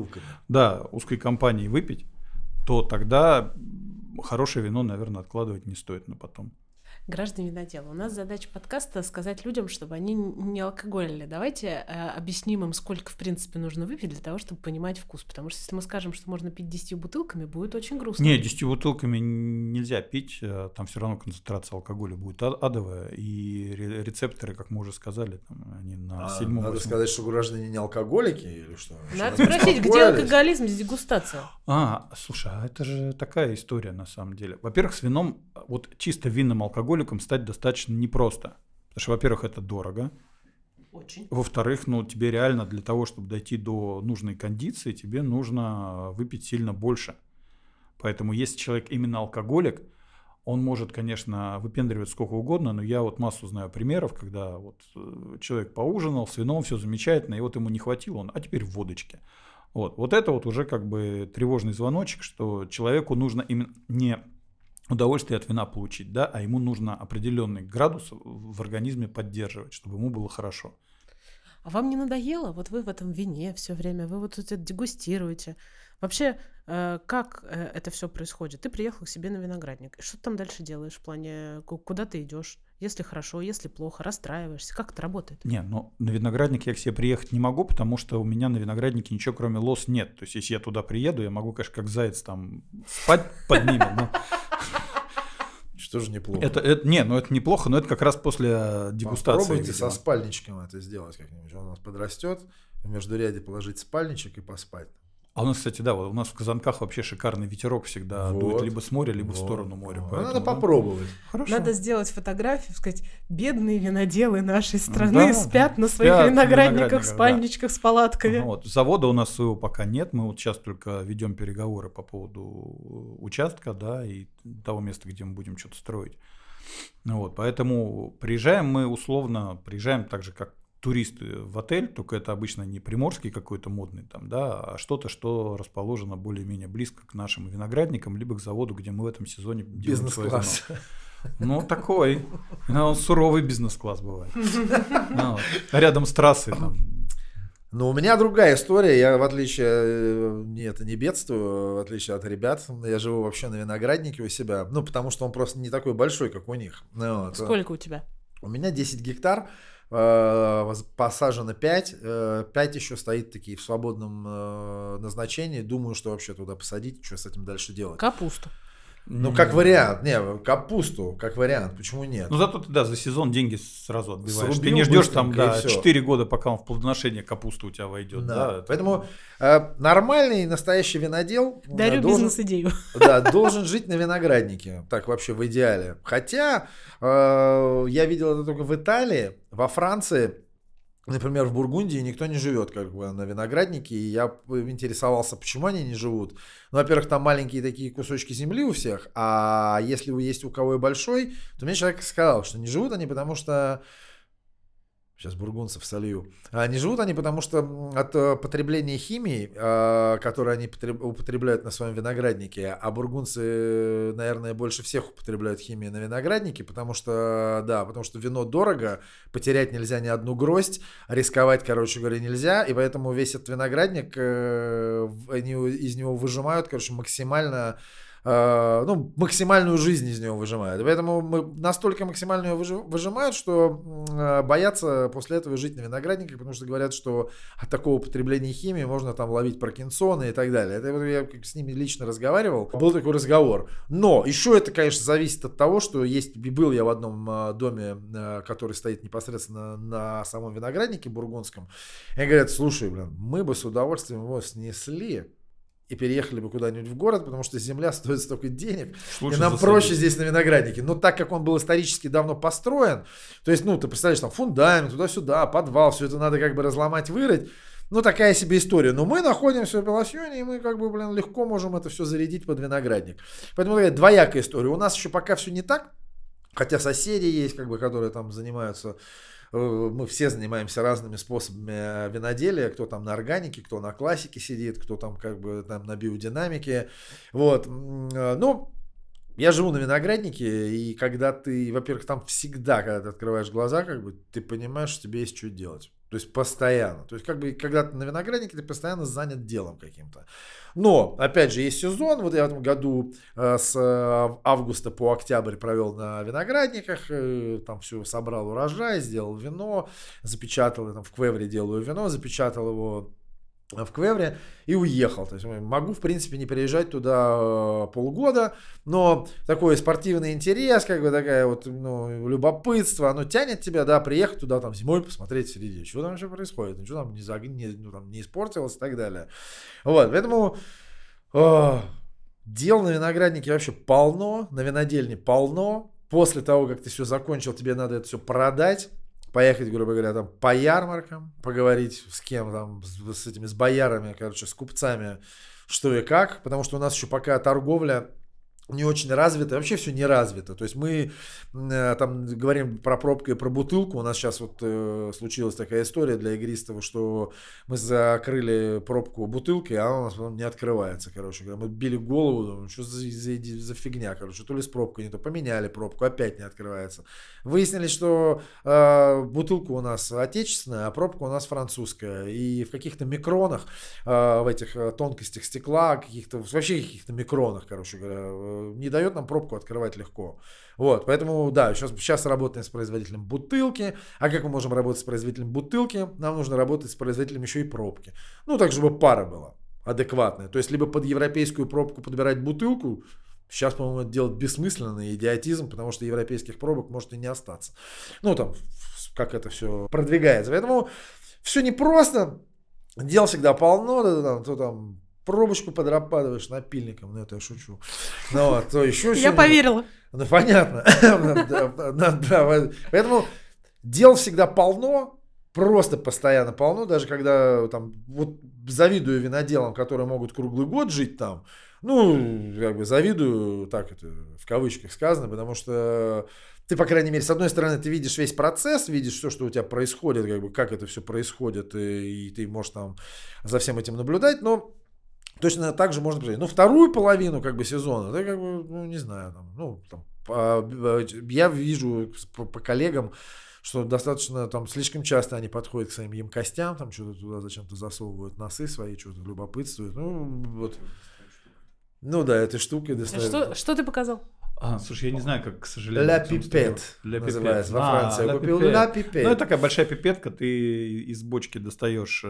узкой компании выпить, то тогда хорошее вино, наверное, откладывать не стоит на потом. Граждане виноделы, у нас задача подкаста сказать людям, чтобы они не алкоголили. Давайте объясним им, сколько, в принципе, нужно выпить для того, чтобы понимать вкус. Потому что если мы скажем, что можно пить 10 бутылками, будет очень грустно. Не, 10 бутылками нельзя пить, там все равно концентрация алкоголя будет адовая, и рецепторы, как мы уже сказали, там, они на 7-8. Надо сказать, что граждане не алкоголики или что? Надо спросить, где алкоголизм, здесь дегустация. Слушай, это же такая история на самом деле. Во-первых, с вином, вот чисто винным алкоголиком стать достаточно непросто. Потому что, во-первых, это дорого. Очень. Во-вторых, тебе реально для того, чтобы дойти до нужной кондиции, тебе нужно выпить сильно больше. Поэтому если человек именно алкоголик, он может, конечно, выпендривать сколько угодно, но я вот массу знаю примеров, когда вот человек поужинал с вином, все замечательно, и вот ему не хватило, а теперь в водочке. Вот это вот уже как бы тревожный звоночек, что человеку нужно именно не удовольствие от вина получить, да, а ему нужно определенный градус в организме поддерживать, чтобы ему было хорошо. А вам не надоело? Вот вы в этом вине все время, вы вот это дегустируете. Вообще, Как это все происходит? Ты приехал к себе на виноградник. Что ты там дальше делаешь в плане, куда ты идешь? Если хорошо, если плохо, расстраиваешься? Как это работает? Не, ну на виноградник я к себе приехать не могу, потому что у меня на винограднике ничего кроме лоз нет. То есть если я туда приеду, я могу, конечно, как заяц там спать под ними. Что же неплохо. Не, ну это неплохо, но это как раз после дегустации. Попробуйте со спальничком это сделать как-нибудь. Он у нас подрастет, в междуряде положить спальничек и поспать. А у нас, кстати, да, вот у нас в Казанках вообще шикарный ветерок всегда дует либо с моря, либо в сторону моря. Поэтому, надо попробовать. Хорошо. Надо сделать фотографию, сказать, бедные виноделы нашей страны спят на своих спят виноградниках, спальничках, с палатками. Вот. Завода у нас своего пока нет, мы вот сейчас только ведем переговоры по поводу участка, да, и того места, где мы будем что-то строить. Вот. Поэтому приезжаем так же, как туристы в отель, только это обычно не приморский какой-то модный там, да, а что-то, что расположено более-менее близко к нашим виноградникам, либо к заводу, где мы в этом сезоне делаем свое вино. Бизнес-класс. Ну, такой. Он суровый бизнес-класс бывает. Рядом с трассой там. Но у меня другая история. Я, в отличие, это не бедствую, в отличие от ребят, я живу вообще на винограднике у себя. Ну, потому что он просто не такой большой, как у них. Вот. Сколько у тебя? У меня 10 гектар. Посажено 5, 5 еще стоит такие в свободном назначении. Думаю, что вообще туда посадить, что с этим дальше делать. Капусту. Ну, как вариант. Не, капусту, как вариант. Почему нет? Ну, зато ты, да, за сезон деньги сразу отбиваешь. Срубил Ты не ждешь там, быстренько, да, и всё. 4 года, пока он в плодоношение капуста у тебя войдет. Да. Да. Поэтому нормальный настоящий винодел Дарю бизнес-идею. Да, должен жить на винограднике. Так вообще в идеале. Хотя я видел это только в Италии, во Франции. Например, в Бургундии никто не живет как бы на винограднике, и я интересовался, почему они не живут. Ну, во-первых, там маленькие такие кусочки земли у всех, а если есть у кого и большой, то мне человек сказал, что не живут они, потому что... Сейчас бургундцев солью. Не живут они, потому что от потребления химии, которую они употребляют на своем винограднике, а бургундцы, наверное, больше всех употребляют химию на винограднике, потому что вино дорого, потерять нельзя ни одну гроздь, рисковать, короче говоря, нельзя, и поэтому весь этот виноградник, они из него выжимают, короче, максимальную жизнь из него выжимают. Поэтому настолько максимальную выжимают, что боятся после этого жить на виноградниках, потому что говорят, что от такого употребления химии можно там ловить Паркинсона и так далее. Это я с ними лично разговаривал. Был такой разговор. Но еще это, конечно, зависит от того, что был я в одном доме, который стоит непосредственно на самом винограднике бургундском. И говорят, слушай, мы бы с удовольствием его снесли и переехали бы куда-нибудь в город, потому что земля стоит столько денег, и нам проще здесь на винограднике. Но так как он был исторически давно построен, то есть, ты представляешь, там фундамент, туда-сюда, подвал, все это надо как бы разломать, вырыть. Такая себе история. Но мы находимся в Белосьоне, и мы как бы, легко можем это все зарядить под виноградник. Поэтому такая двоякая история. У нас еще пока все не так, хотя соседи есть, как бы, которые там занимаются. Мы все занимаемся разными способами виноделия, кто там на органике, кто на классике сидит, кто там как бы там на биодинамике. Вот. Но я живу на винограднике, и когда ты, во-первых, там всегда, когда ты открываешь глаза, как бы ты понимаешь, что тебе есть что делать. То есть постоянно. То есть как бы когда ты на винограднике, ты постоянно занят делом каким-то. Но, опять же, есть сезон. Вот я в этом году с августа по октябрь провел на виноградниках. Там все собрал урожай, сделал вино, запечатал. Там в Квевре делаю вино, запечатал его в Квевре и уехал. То есть могу, в принципе, не приезжать туда полгода, но такой спортивный интерес, как бы такая вот, любопытство, оно тянет тебя, да, приехать туда там зимой посмотреть в середине, что там вообще происходит, ничего там не испортилось и так далее. Вот, поэтому дел на винограднике вообще полно, на винодельне полно. После того, как ты все закончил, тебе надо это все продать. Поехать, грубо говоря, там по ярмаркам, поговорить с кем там, с боярами, с купцами, что и как, потому что у нас еще пока торговля не очень развито, вообще все не развито. То есть мы там говорим про пробку и про бутылку. У нас сейчас вот случилась такая история для игристов, что мы закрыли пробку бутылкой, а она у нас потом не открывается, короче. Мы били голову, думаем, что за фигня, короче. То ли с пробкой не то, поменяли пробку, опять не открывается. Выяснили, что бутылка у нас отечественная, а пробка у нас французская. И в каких-то микронах, в этих тонкостях стекла, вообще каких-то микронах, короче говоря, не дает нам пробку открывать легко. Вот, поэтому, да, сейчас работаем с производителем бутылки. А как мы можем работать с производителем бутылки? Нам нужно работать с производителем еще и пробки. Ну, так, чтобы пара была адекватная. То есть, либо под европейскую пробку подбирать бутылку. Сейчас, по-моему, это делать бессмысленно, идиотизм, потому что европейских пробок может и не остаться. Ну, там, как это все продвигается. Поэтому все непросто. Дел всегда полно, то там пробочку подрабатываешь напильником, ну это я шучу. Ну, вот, то еще я поверила. Ну, понятно. Поэтому дел всегда полно, просто постоянно полно, даже когда там, вот завидую виноделам, которые могут круглый год жить там, ну, как бы завидую, так это в кавычках сказано, потому что ты, по крайней мере, с одной стороны, ты видишь весь процесс, видишь все, что у тебя происходит, как бы, как это все происходит, и ты можешь там за всем этим наблюдать, но точно так же можно посмотреть. Ну, вторую половину как бы сезона, да, как бы, ну, не знаю, там, ну, там, я вижу по коллегам, что достаточно там слишком часто они подходят к своим емкостям, там что-то туда зачем-то засовывают носы свои, что-то любопытствуют. Ну, вот. Ну да, этой штукой достаточно. Что ты показал? Слушай, я не знаю, как, к сожалению. Ля пипет называется. Во Франции я купил ля пипет. Ну, это такая большая пипетка, ты из бочки достаешь,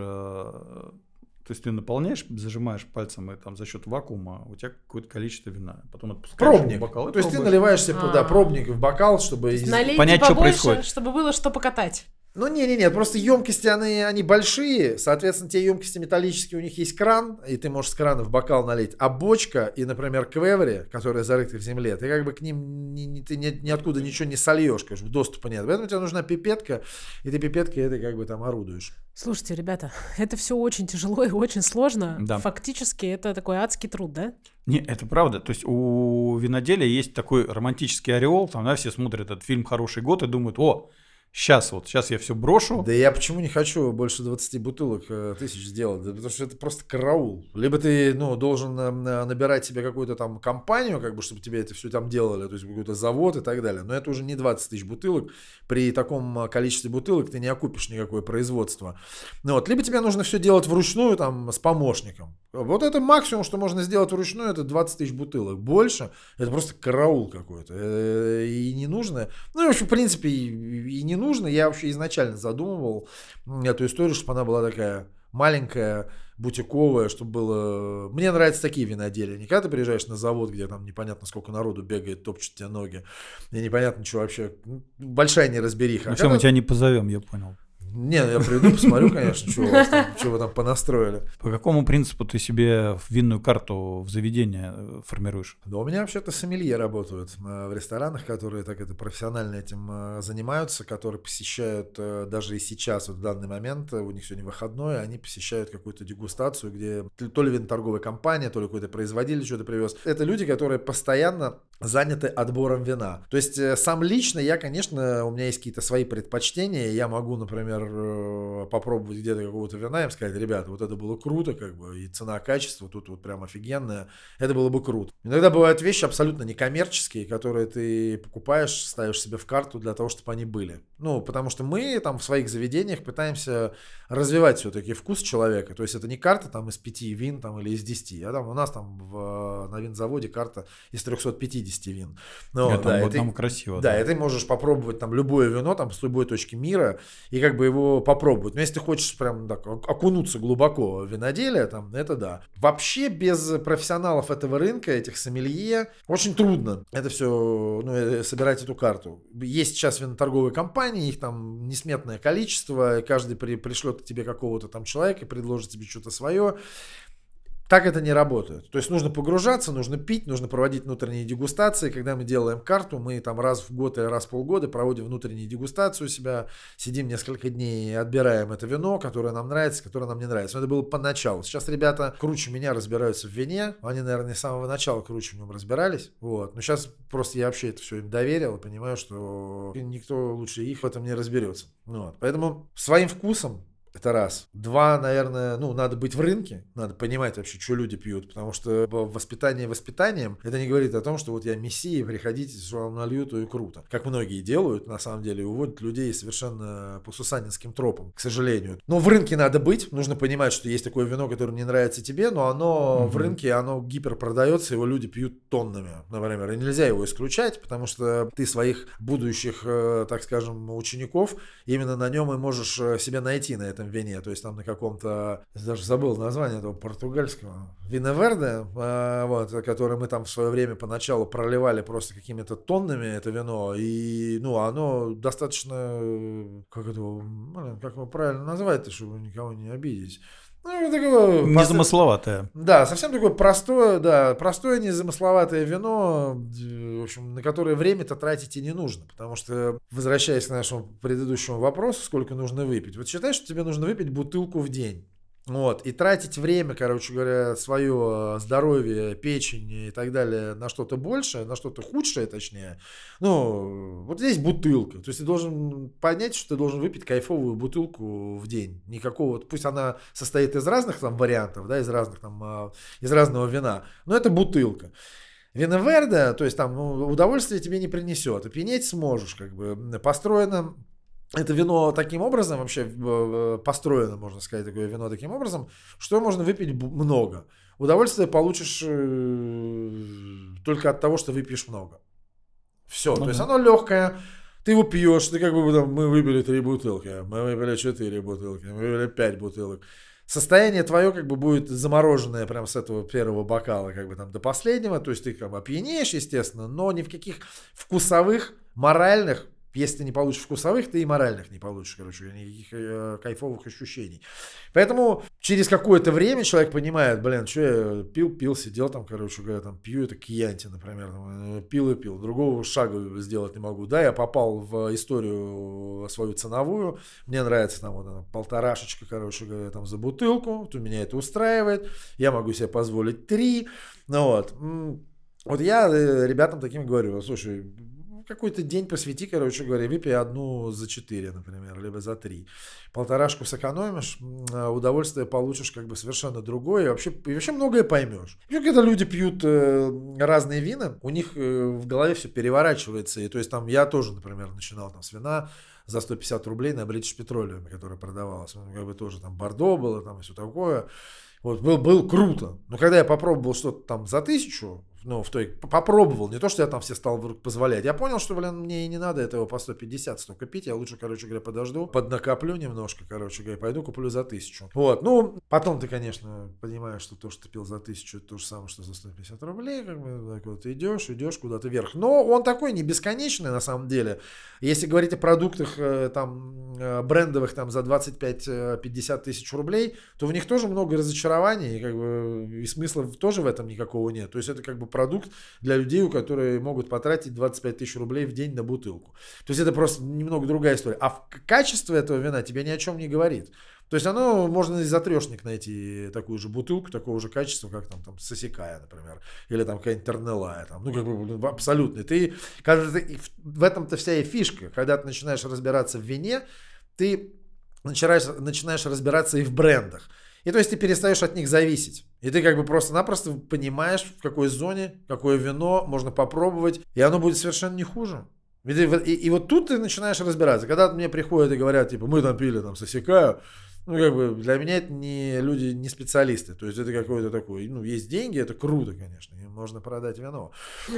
то есть ты наполняешь, зажимаешь пальцем, и там за счет вакуума у тебя какое-то количество вина. Потом отпускаешь пробник. В бокал. То есть ты наливаешь себе пробник в бокал, чтобы понять, что происходит. Чтобы было что покатать. Ну, не, просто емкости, они большие, соответственно, те емкости металлические, у них есть кран, и ты можешь с крана в бокал налить, а бочка и, например, квеври, которые зарыты в земле, ты как бы к ним ты ниоткуда ничего не сольешь, конечно, доступа нет, поэтому тебе нужна пипетка, и ты пипеткой этой как бы там орудуешь. Слушайте, ребята, это все очень тяжело и очень сложно, да. Фактически это такой адский труд, да? Не, это правда, то есть у виноделия есть такой романтический ореол, там, да, все смотрят этот фильм «Хороший год» и думают, сейчас я все брошу. Да я почему не хочу больше 20 бутылок тысяч сделать? Да потому что это просто караул. Либо ты должен набирать себе какую-то там компанию, как бы, чтобы тебе это все там делали, то есть какой-то завод и так далее. Но это уже не 20 тысяч бутылок. При таком количестве бутылок ты не окупишь никакое производство. Либо тебе нужно все делать вручную там, с помощником. Вот это максимум, что можно сделать вручную, это 20 тысяч бутылок. Больше это просто караул какой-то. И не нужно. Ну, в общем, в принципе, и не нужно. Я вообще изначально задумывал эту историю, чтобы она была такая маленькая, бутиковая, чтобы было... Мне нравятся такие виноделия. Не когда ты приезжаешь на завод, где там непонятно сколько народу бегает, топчет тебе ноги, и непонятно, что вообще... Большая неразбериха. Все, мы тебя не позовем, я понял. Не, я приду, посмотрю, конечно, что вы там понастроили. По какому принципу ты себе винную карту в заведение формируешь? Да, у меня вообще-то сомелье работают в ресторанах, которые так это профессионально этим занимаются, которые посещают даже и сейчас, вот в данный момент, у них сегодня выходной, они посещают какую-то дегустацию, где то ли виноторговая компания, то ли какой-то производитель что-то привез. Это люди, которые постоянно заняты отбором вина. То есть сам лично я, конечно, у меня есть какие-то свои предпочтения, я могу, например, попробовать где-то какого-то вина, им сказать, ребята, вот это было круто, как бы, и цена-качество тут вот прям офигенная, это было бы круто. Иногда бывают вещи абсолютно некоммерческие, которые ты покупаешь, ставишь себе в карту для того, чтобы они были. Потому что мы там в своих заведениях пытаемся развивать все-таки вкус человека, то есть это не карта там из 5 вин там, или из 10, а там у нас там на винзаводе карта из 350 вин. Там красиво. Да, и ты можешь попробовать там любое вино там с любой точки мира и как бы его попробовать. Но если ты хочешь прям так окунуться глубоко в виноделие, там, это да. Вообще без профессионалов этого рынка, этих сомелье, очень трудно это все, собирать эту карту. Есть сейчас виноторговые компании, их там несметное количество, и каждый пришлет тебе какого-то там человека, предложит тебе что-то свое. Так это не работает. То есть нужно погружаться, нужно пить, нужно проводить внутренние дегустации. Когда мы делаем карту, мы там раз в год или раз в полгода проводим внутреннюю дегустацию у себя, сидим несколько дней и отбираем это вино, которое нам нравится, которое нам не нравится. Но это было поначалу. Сейчас ребята круче меня разбираются в вине. Они, наверное, с самого начала круче в нем разбирались. Вот. Но сейчас просто я вообще это все им доверил и понимаю, что никто лучше их в этом не разберется. Вот. Поэтому своим вкусом. Это раз. Два, наверное, надо быть в рынке, надо понимать вообще, что люди пьют, потому что воспитание воспитанием, это не говорит о том, что вот я мессия, приходите, что вам налью, то и круто. Как многие делают, на самом деле, уводят людей совершенно по сусанинским тропам, к сожалению. Но в рынке надо быть, нужно понимать, что есть такое вино, которое не нравится тебе, но оно в рынке, оно гиперпродается, его люди пьют тоннами, например, и нельзя его исключать, потому что ты своих будущих, так скажем, учеников именно на нем и можешь себя найти на этом вине, то есть там на каком-то, даже забыл название этого португальского, Виноверде, вот, которое мы там в свое время поначалу проливали просто какими-то тоннами это вино, и, оно достаточно, как его правильно назвать-то, чтобы никого не обидеть. Такое незамысловатое. Да, совсем такое простое, незамысловатое вино, в общем, на которое время-то тратить и не нужно, потому что, возвращаясь к нашему предыдущему вопросу, сколько нужно выпить, вот считай, что тебе нужно выпить бутылку в день. Вот, и тратить время, короче говоря, свое здоровье, печень и так далее на что-то большее, на что-то худшее, точнее. Вот здесь бутылка. То есть ты должен понять, что ты должен выпить кайфовую бутылку в день. Никакого, пусть она состоит из разных там вариантов, да, из разного вина, но это бутылка. Виноверде, то есть там удовольствие тебе не принесет, опьянеть сможешь, как бы построено. Это вино таким образом, вообще построено, можно сказать, такое вино таким образом, что можно выпить много. Удовольствие получишь только от того, что выпьешь много. Все, то есть оно легкое, ты его пьешь, ты как бы там, мы выпили 3 бутылки, мы выпили 4 бутылки, мы выпили 5 бутылок. Состояние твое как бы будет замороженное прям с этого первого бокала как бы там до последнего, то есть ты как бы опьянеешь, естественно, но ни в каких вкусовых, моральных, если ты не получишь вкусовых, ты и моральных не получишь, короче, никаких кайфовых ощущений. Поэтому через какое-то время человек понимает, что я пил, сидел там, короче говоря, там пью это кьянти, например, там, пил, другого шага сделать не могу. Да, я попал в историю свою ценовую, мне нравится там вот полторашечка, короче говоря, там за бутылку, то меня это устраивает, я могу себе позволить 3, Вот я ребятам таким говорю, слушай, какой-то день посвяти, короче говоря, выпей одну за 4, например, либо за 3. Полторашку сэкономишь, удовольствие получишь как бы совершенно другое, и вообще многое поймешь. Еще когда люди пьют разные вина, у них в голове все переворачивается, и то есть там я тоже, например, начинал там с вина за 150 рублей на British Petroleum, которая продавалась, как бы тоже там Бордо было, там и все такое. Вот, был круто. Но когда я попробовал что-то там за 1000, попробовал, не то, что я там все стал вдруг позволять. Я понял, что, мне и не надо этого по 150 столько пить. Я лучше, короче говоря, подожду, поднакоплю немножко, короче говоря, пойду куплю за 1000. Вот, потом ты, конечно, понимаешь, что то, что ты пил за 1000, это то же самое, что за 150 рублей, как бы, так вот, идешь куда-то вверх. Но он такой не бесконечный, на самом деле. Если говорить о продуктах, там, брендовых, там, за 25-50 тысяч рублей, то в них тоже много разочарований, и, как бы, и смысла тоже в этом никакого нет. То есть это как бы продукт для людей, которые могут потратить 25 тысяч рублей в день на бутылку. То есть это просто немного другая история. А качество этого вина тебе ни о чем не говорит. То есть оно, можно и за трешник найти такую же бутылку, такого же качества, как там Сосикая, например, или там какая-нибудь Тернелая, там, как бы абсолютно. В этом-то вся и фишка. Когда ты начинаешь разбираться в вине, ты начинаешь разбираться и в брендах. И то есть ты перестаешь от них зависеть. И ты как бы просто-напросто понимаешь, в какой зоне, какое вино можно попробовать, и оно будет совершенно не хуже. И вот тут ты начинаешь разбираться. Когда мне приходят и говорят, типа, мы там пили там Сосикаю, как бы для меня это люди не специалисты. То есть это какой-то такой, есть деньги, это круто, конечно, им можно продать вино.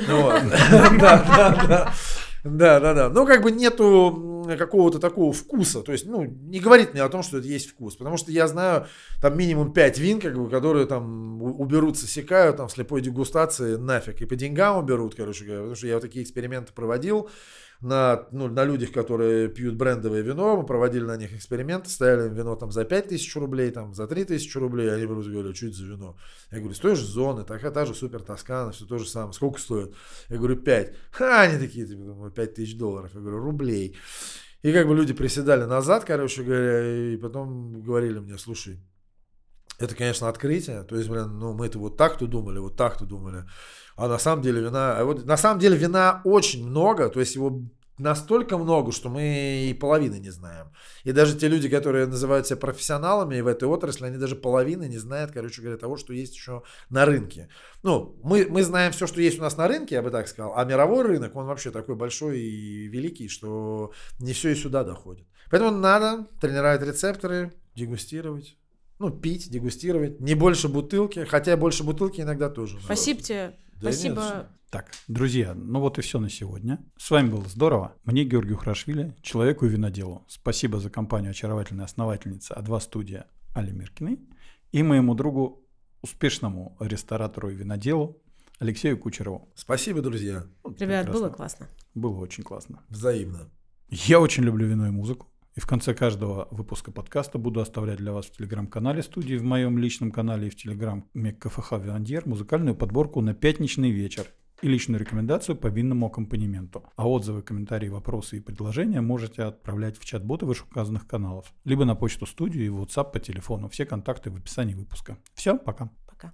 Да. Но как бы нету какого-то такого вкуса. То есть, не говорит мне о том, что это есть вкус. Потому что я знаю там минимум 5 вин, как бы, которые там уберут Сосикаю там в слепой дегустации нафиг. И по деньгам уберут, короче говоря. Потому что я вот такие эксперименты проводил. на людях, которые пьют брендовое вино, мы проводили на них эксперименты, ставили им вино там за 5000 рублей, там за 3000 рублей, они просто говорят, что это за вино? Я говорю, с той же зоны, та же Супер Тоскана, все то же самое, сколько стоит? Я говорю, 5. Они такие, $5000. Я говорю, рублей. И как бы люди приседали назад, короче говоря, и потом говорили мне, слушай, это, конечно, открытие, то есть, мы-то вот так-то думали, а на самом деле вина очень много, то есть его настолько много, что мы и половины не знаем. И даже те люди, которые называют себя профессионалами в этой отрасли, они даже половины не знают, короче говоря, того, что есть еще на рынке. Мы знаем все, что есть у нас на рынке, я бы так сказал, а мировой рынок, он вообще такой большой и великий, что не все и сюда доходит. Поэтому надо тренировать рецепторы, дегустировать. Пить, дегустировать. Не больше бутылки, хотя больше бутылки иногда тоже. Спасибо тебе. Да Спасибо. нет, Так, друзья, вот и все на сегодня. С вами было здорово. Мне Георгий Хурашвили, человеку и виноделу. Спасибо за компанию очаровательной основательницы А2 студия Али Миркиной и моему другу, успешному ресторатору и виноделу Алексею Кучерову. Спасибо, друзья. Ребят, Прекрасно. было классно. Было очень классно. Взаимно. Я очень люблю вино и музыку. И в конце каждого выпуска подкаста буду оставлять для вас в телеграм-канале студии, в моем личном канале и в телеграм-ме КФХ Виандьер музыкальную подборку на пятничный вечер и личную рекомендацию по винному аккомпанементу. А отзывы, комментарии, вопросы и предложения можете отправлять в чат-боты вышеуказанных каналов, либо на почту студии и в WhatsApp по телефону. Все контакты в описании выпуска. Все, пока. Пока.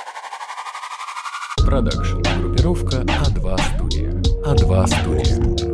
Продакшн. Группировка А2 студия. А2 студия.